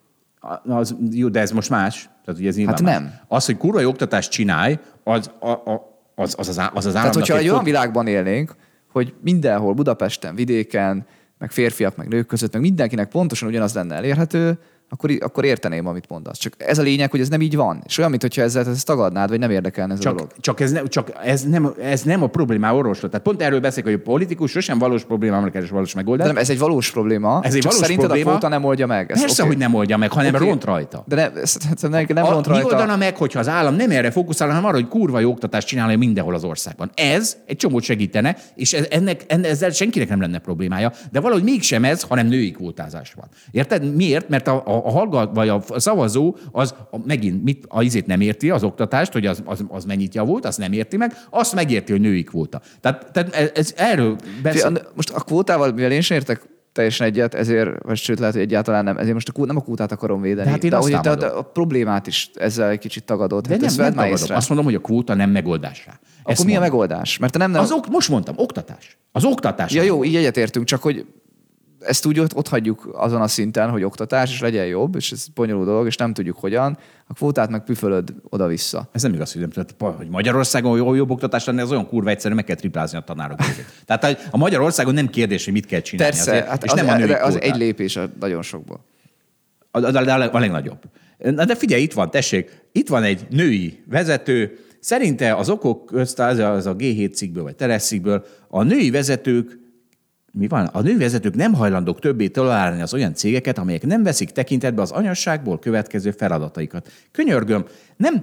Az, jó, de ez most más. Tehát, ugye ez hát más. nem. Az, hogy kurva jó oktatást csinálj, az a, a, az, az, az, az, az államnak... Tehát, hogyha egy, egy olyan fog... világban élnénk, hogy mindenhol, Budapesten, vidéken, meg férfiak, meg nők között, meg mindenkinek pontosan ugyanaz lenne elérhető, akkor, akkor érteném, amit mondasz. Csak ez a lényeg, hogy ez nem így van. És olyan, mintha ezzel ezt tagadnád, vagy nem érdekelne ez csak, a dolog. Csak, ez, ne, csak ez, nem, ez nem a problémá orvoslat. Tehát pont erről beszélek, hogy a politikus sosem valós probléma, amikor is valós megoldás. De nem, ez egy valós probléma. Ez egy csak valós szerinted probléma. a kvóta nem oldja meg. Ez Persze, okay. hogy nem oldja meg, hanem okay. ront rajta. De nem, nem, nem a, ront rajta. Mi oldana meg, hogyha az állam nem erre fókuszál, hanem arra, hogy kurva jó oktatást csinálja mindenhol az országban. Ez egy csomót segítene, és ez, ennek, ennek, ezzel senkinek nem lenne problémája, de valahogy mégsem ez, hanem női kvótázás van. Érted? Miért? Mert a, a, a hallgat, vagy a a szavazó az megint mit, a izét nem érti, az oktatást, hogy az, az, az mennyit javult, azt nem érti meg, azt megérti, hogy női kvóta. Tehát, tehát ez, ez erről beszél. Most a kvótával, mivel én sem értek teljesen egyet, ezért, vagy sőt lehet, hogy egyáltalán nem, ezért most a, nem a kvótát akarom védeni. De, hát én de, azt de, de a problémát is ezzel egy kicsit tagadod. De hát nem, nem tagadom. Észre. Azt mondom, hogy a kvóta nem megoldás rá. Akkor Ezt mi mondom. A megoldás? Mert te nem, nem... Az, most mondtam, oktatás. Az oktatás. Ja jó, így egyetértünk, csak hogy ezt úgy ott, ott hagyjuk azon a szinten, hogy oktatás, és legyen jobb, és ez bonyolult dolog, és nem tudjuk hogyan. A kvótát meg püfölöd oda-vissza. Ez nem igaz, hogy, nem, hogy Magyarországon jó, jobb oktatás lenne, ez olyan kurva egyszerű, meg kell triplázni a tanárok között. Tehát a Magyarországon nem kérdés, hogy mit kell csinálni. Persze, azért, hát és az, nem a női az kvótát. egy lépés a nagyon sokból. A, a, a, a legnagyobb. Na de figyelj, itt van, tessék, itt van egy női vezető. Szerinte az okok közt, az a, az a gé hét cikkből, vagy Teres cikkből, a női vezetők Mi van? A nővezetők nem hajlandók többé tolerálni az olyan cégeket, amelyek nem veszik tekintetbe az anyasságból következő feladataikat. Könyörgöm, nem,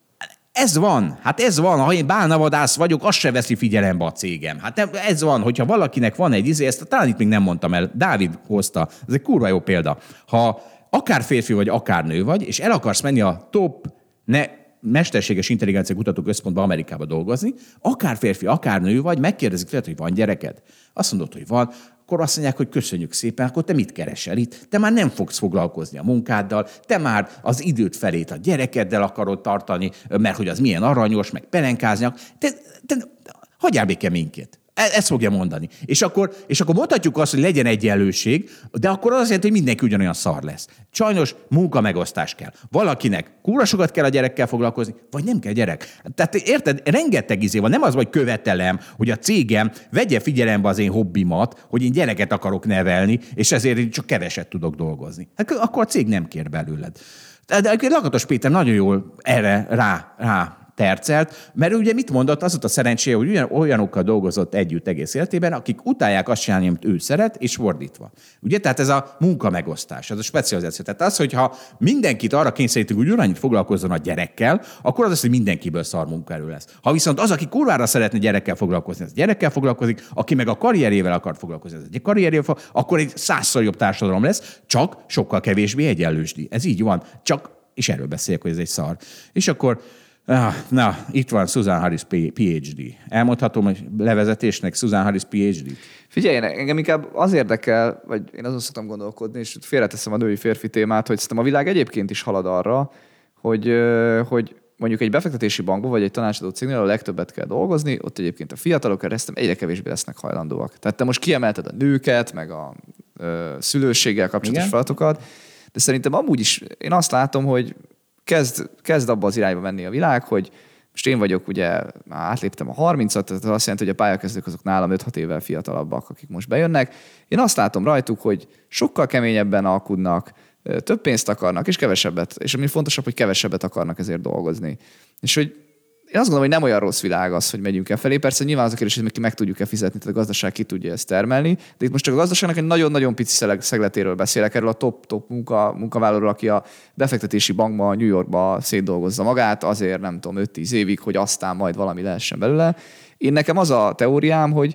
ez van, hát ez van, ha én bálnavadász vagyok, azt se veszi figyelembe a cégem. Hát nem, ez van, hogyha valakinek van egy izé, ezt talán itt még nem mondtam el, Dávid hozta, ez egy kurva jó példa. Ha akár férfi vagy, akár nő vagy, és el akarsz menni a top, ne, mesterséges intelligencia kutató központba Amerikába dolgozni, akár férfi, akár nő vagy, megkérdezik tőled, hogy van gyereked. Azt mondod, hogy van, akkor azt mondják, hogy köszönjük szépen, akkor te mit keresel itt? Te már nem fogsz foglalkozni a munkáddal, te már az időt felét a gyerekeddel akarod tartani, mert hogy az milyen aranyos, meg pelenkáznak. Te, te hagyjál béke minket. Ezt fogja mondani. És akkor, és akkor mondhatjuk azt, hogy legyen egyenlőség, de akkor az azt jelenti, hogy mindenki ugyanolyan szar lesz. Sajnos munkamegosztás kell. Valakinek kurva sokat kell a gyerekkel foglalkozni, vagy nem kell gyerek. Tehát érted, rengeteg izé van. Nem az, hogy követelem, hogy a cégem vegye figyelembe az én hobbimat, hogy én gyereket akarok nevelni, és ezért csak keveset tudok dolgozni. Hát akkor a cég nem kér belőled. De Lakatos Péter nagyon jól erre rá, rá tercelt, mert ugye mit mondott, az volt a szerencséje, hogy olyan, olyanokkal dolgozott együtt egész életében, akik utálják azt csinálni, amit ő szeret, és fordítva. Ugye, tehát ez a munkamegosztás, ez a specializáció. Tehát az, hogyha mindenkit arra kényszerítünk, hogy ugyanannyit foglalkozzon a gyerekkel, akkor az az, hogy mindenkiből szar munkaerő lesz. Ha viszont az, aki kurvára szeretne gyerekkel foglalkozni, az gyerekkel foglalkozik, aki meg a karrierével akar foglalkozni, az egy karrierével fog, akkor egy százszor jobb társadalom lesz, csak sokkal kevésbé egyenlősdi. Ez így van. Csak, és erről beszélek, hogy ez egy szar. És akkor Ah, na, itt van Susan Harris pé há dé. Elmondhatom, hogy levezetésnek Susan Harris pé há dé? Figyelj, engem inkább az érdekel, vagy én azon szoktam gondolkodni, és félreteszem a női-férfi témát, hogy szerintem a világ egyébként is halad arra, hogy, hogy mondjuk egy befektetési bankban, vagy egy tanácsadó cégnél a legtöbbet kell dolgozni, ott egyébként a fiatalok erre egyre kevésbé lesznek hajlandóak. Tehát te most kiemelted a nőket, meg a ö, szülősséggel kapcsolatos feladatokat, de szerintem amúgy is én azt látom, hogy Kezd, kezd abba az irányba menni a világ, hogy most én vagyok, ugye, már átléptem a harmincat, tehát azt jelenti, hogy a pályakezdők azok nálam öt-hat évvel fiatalabbak, akik most bejönnek. Én azt látom rajtuk, hogy sokkal keményebben alkudnak, több pénzt akarnak, és kevesebbet, és ami fontosabb, hogy kevesebbet akarnak ezért dolgozni. És hogy én azt gondolom, hogy nem olyan rossz világ az, hogy megyünk el felé. Persze nyilván az a kérdés, hogy meg tudjuk-e fizetni, tehát a gazdaság ki tudja ezt termelni. De itt most csak a gazdaságnak egy nagyon-nagyon pici szegletéről beszélek, erről a top-top munka, munkavállalóról, aki a befektetési bankban, New Yorkban szétdolgozza magát, azért nem tudom, öt-tíz évig, hogy aztán majd valami lehessen belőle. Én nekem az a teóriám, hogy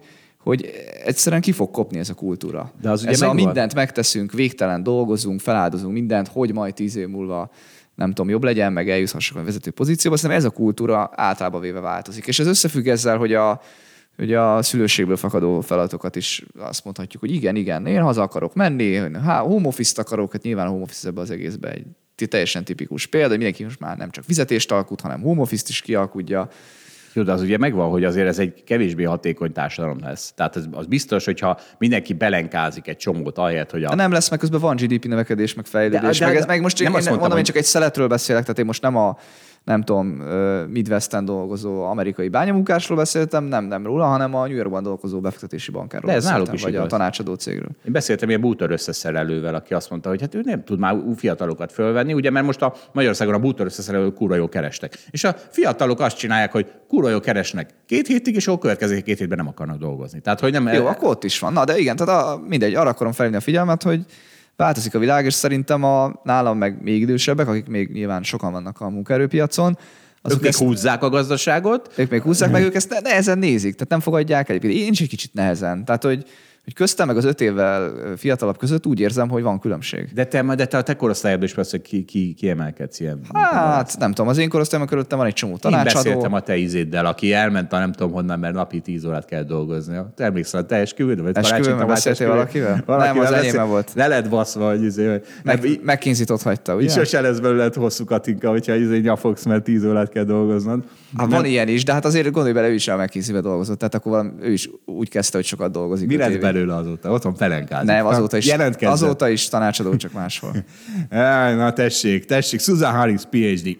hogy egyszerűen ki fog kopni ez a kultúra. De az ugye Ezzel megvan. mindent megteszünk, végtelen dolgozunk, feláldozunk mindent, hogy majd tíz év múlva nem tudom, jobb legyen, meg eljuthassak a vezető pozícióba. Szerintem ez a kultúra általában véve változik. És ez összefügg ezzel, hogy a, hogy a szülőségből fakadó feladatokat is azt mondhatjuk, hogy igen, igen, én haza akarok menni, ha home office-t akarok, hát nyilván a home office ebbe az egészben egy teljesen tipikus példa, hogy mindenki most már nem csak fizetést alkut, hanem home office-t is kialkudja. Jó, de az ugye megvan, hogy azért ez egy kevésbé hatékony társadalom lesz. Tehát ez, az biztos, hogyha mindenki belenkázik egy csomót ahelyett, hogy a... Nem lesz, meg közben van gé dé pé növekedés, meg fejlődés. De- de- meg ez de- meg most nem én azt mondom, mondtam, én hogy- csak egy szeletről beszélek, tehát én most nem a nem tudom, Midwesten dolgozó amerikai bányamunkásról beszéltem, nem, nem róla, hanem a New Yorkban dolgozó befektetési bankáról De ez beszéltem, náluk is vagy igaz. a tanácsadó cégről. Én beszéltem ilyen bútor összeszerelővel, aki azt mondta, hogy hát ő nem tud már fiatalokat fölvenni, ugye, mert most a Magyarországon a bútor összeszerelők kurva jól kerestek. És a fiatalok azt csinálják, hogy kurva jól keresnek két hétig, és a következő két hétben nem akarnak dolgozni. Tehát, hogy nem... Jó, akkor ott is van. Na, de igen, tehát a, mindegy, arra akarom felhívni a figyelmet, hogy változik a világ, és szerintem a nálam meg még idősebbek, akik még nyilván sokan vannak a munkaerőpiacon, Azok még húzzák a gazdaságot. Ők még húzzák, meg ők ezt nehezen nézik, tehát nem fogadják el. Én is egy kicsit nehezen. Tehát, hogy, hogy köztem meg az öt évvel fiatalabb között úgy érzem, hogy van különbség. De te, de te a te korosztályodban is persze ki, ki, kiemelkedsz ilyen. Hát nem tudom, az én korosztályom körülöttem van egy csomó Én tanácsadó. beszéltem a te izéddel, aki elment a nem tudom honnan, mert napi tíz órát kell dolgozni. Te emlékszel a te esküvődön? Vagy Esküvőn beszéltél valakivel? Nem, az enyémbe volt. Le lett baszva, hogy izé, hogy Meg, McKinsey-t ott hagyta, ugye? így sose lesz belőle hosszú Katinka, hogyha izé nyafogsz, mert tíz órát kell dolgoznod. Hát van ilyen is, de hát azért gondolj bele, ő is a McKinsey-be dolgozott, tehát akkor valami, ő is úgy kezdte, hogy sokat dolgozik. Mi öt lesz évig. belőle azóta? Ott van felenkázik. Nem, azóta is, Jelentkezzen. azóta is tanácsadó, csak máshol. Á, na tessék, tessék, Susan Harris, PhD.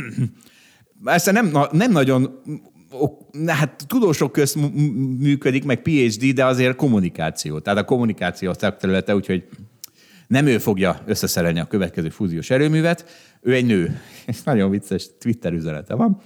Ezt nem, nem nagyon, hát tudósok közt működik, meg PhD, de azért kommunikáció. Tehát a kommunikáció a szakterülete, úgyhogy nem ő fogja összeszerelni a következő fúziós erőművet, ő egy nő. Ez nagyon vicces Twitter üzenete van.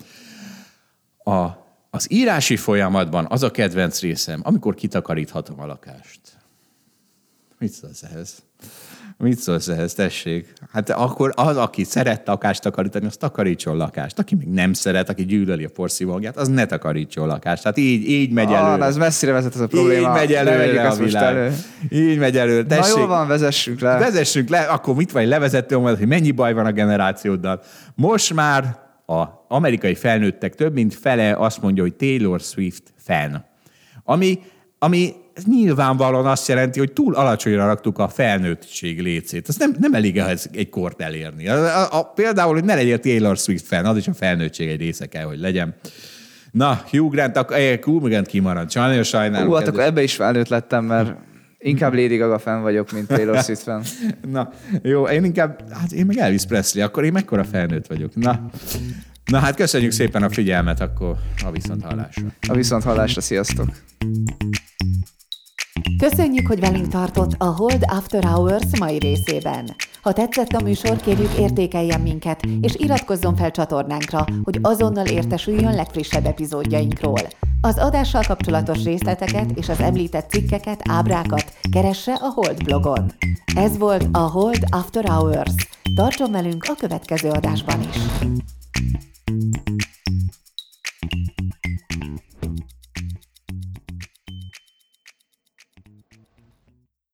A, az írási folyamatban az a kedvenc részem, amikor kitakaríthatom a lakást. Mit szólsz ehhez? Mit szólsz ehhez, tessék? Hát akkor az, aki szeret lakást takarítani, az takarítson lakást. Aki még nem szeret, aki gyűlöli a porszívóngját, az ne takarítson lakást. Tehát így, így megy előre. Ah, ez messzire vezet ez a probléma. Így megy előre a világ. Elő. Így megy előre. Tessék, Na jól van, vezessünk le. Vezessünk le, akkor mit vagy levezetőm, hogy mennyi baj van a generációddal. Most már az amerikai felnőttek több mint fele azt mondja, hogy Taylor Swift fan. Ami, ami nyilvánvalóan azt jelenti, hogy túl alacsonyra raktuk a felnőttség lécét. Ez nem, nem elég ehhez egy kort elérni. A, a, a, például, hogy ne legyél Taylor Swift fan, az is a felnőttség egy része kell, hogy legyen. Na, Hugh Grant, akkor eh, Hugh Grant kimaradt. Sajnos sajnálom. Hú, hát akkor ebbe is felnőtt lettem, mert inkább Lady Gaga fan vagyok, mint Taylor Swift fan. Na, jó, én inkább, hát én meg Elvis Presley, akkor én mekkora felnőtt vagyok. Na, na hát köszönjük szépen a figyelmet, akkor a viszonthallásra. A viszonthallásra, sziasztok! Köszönjük, hogy velünk tartott a Hold After Hours mai részében. Ha tetszett a műsor, kérjük értékeljen minket, és iratkozzon fel csatornánkra, hogy azonnal értesüljön legfrissebb epizódjainkról. Az adással kapcsolatos részleteket és az említett cikkeket, ábrákat keresse a Hold blogon. Ez volt a Hold After Hours. Tartson velünk a következő adásban is!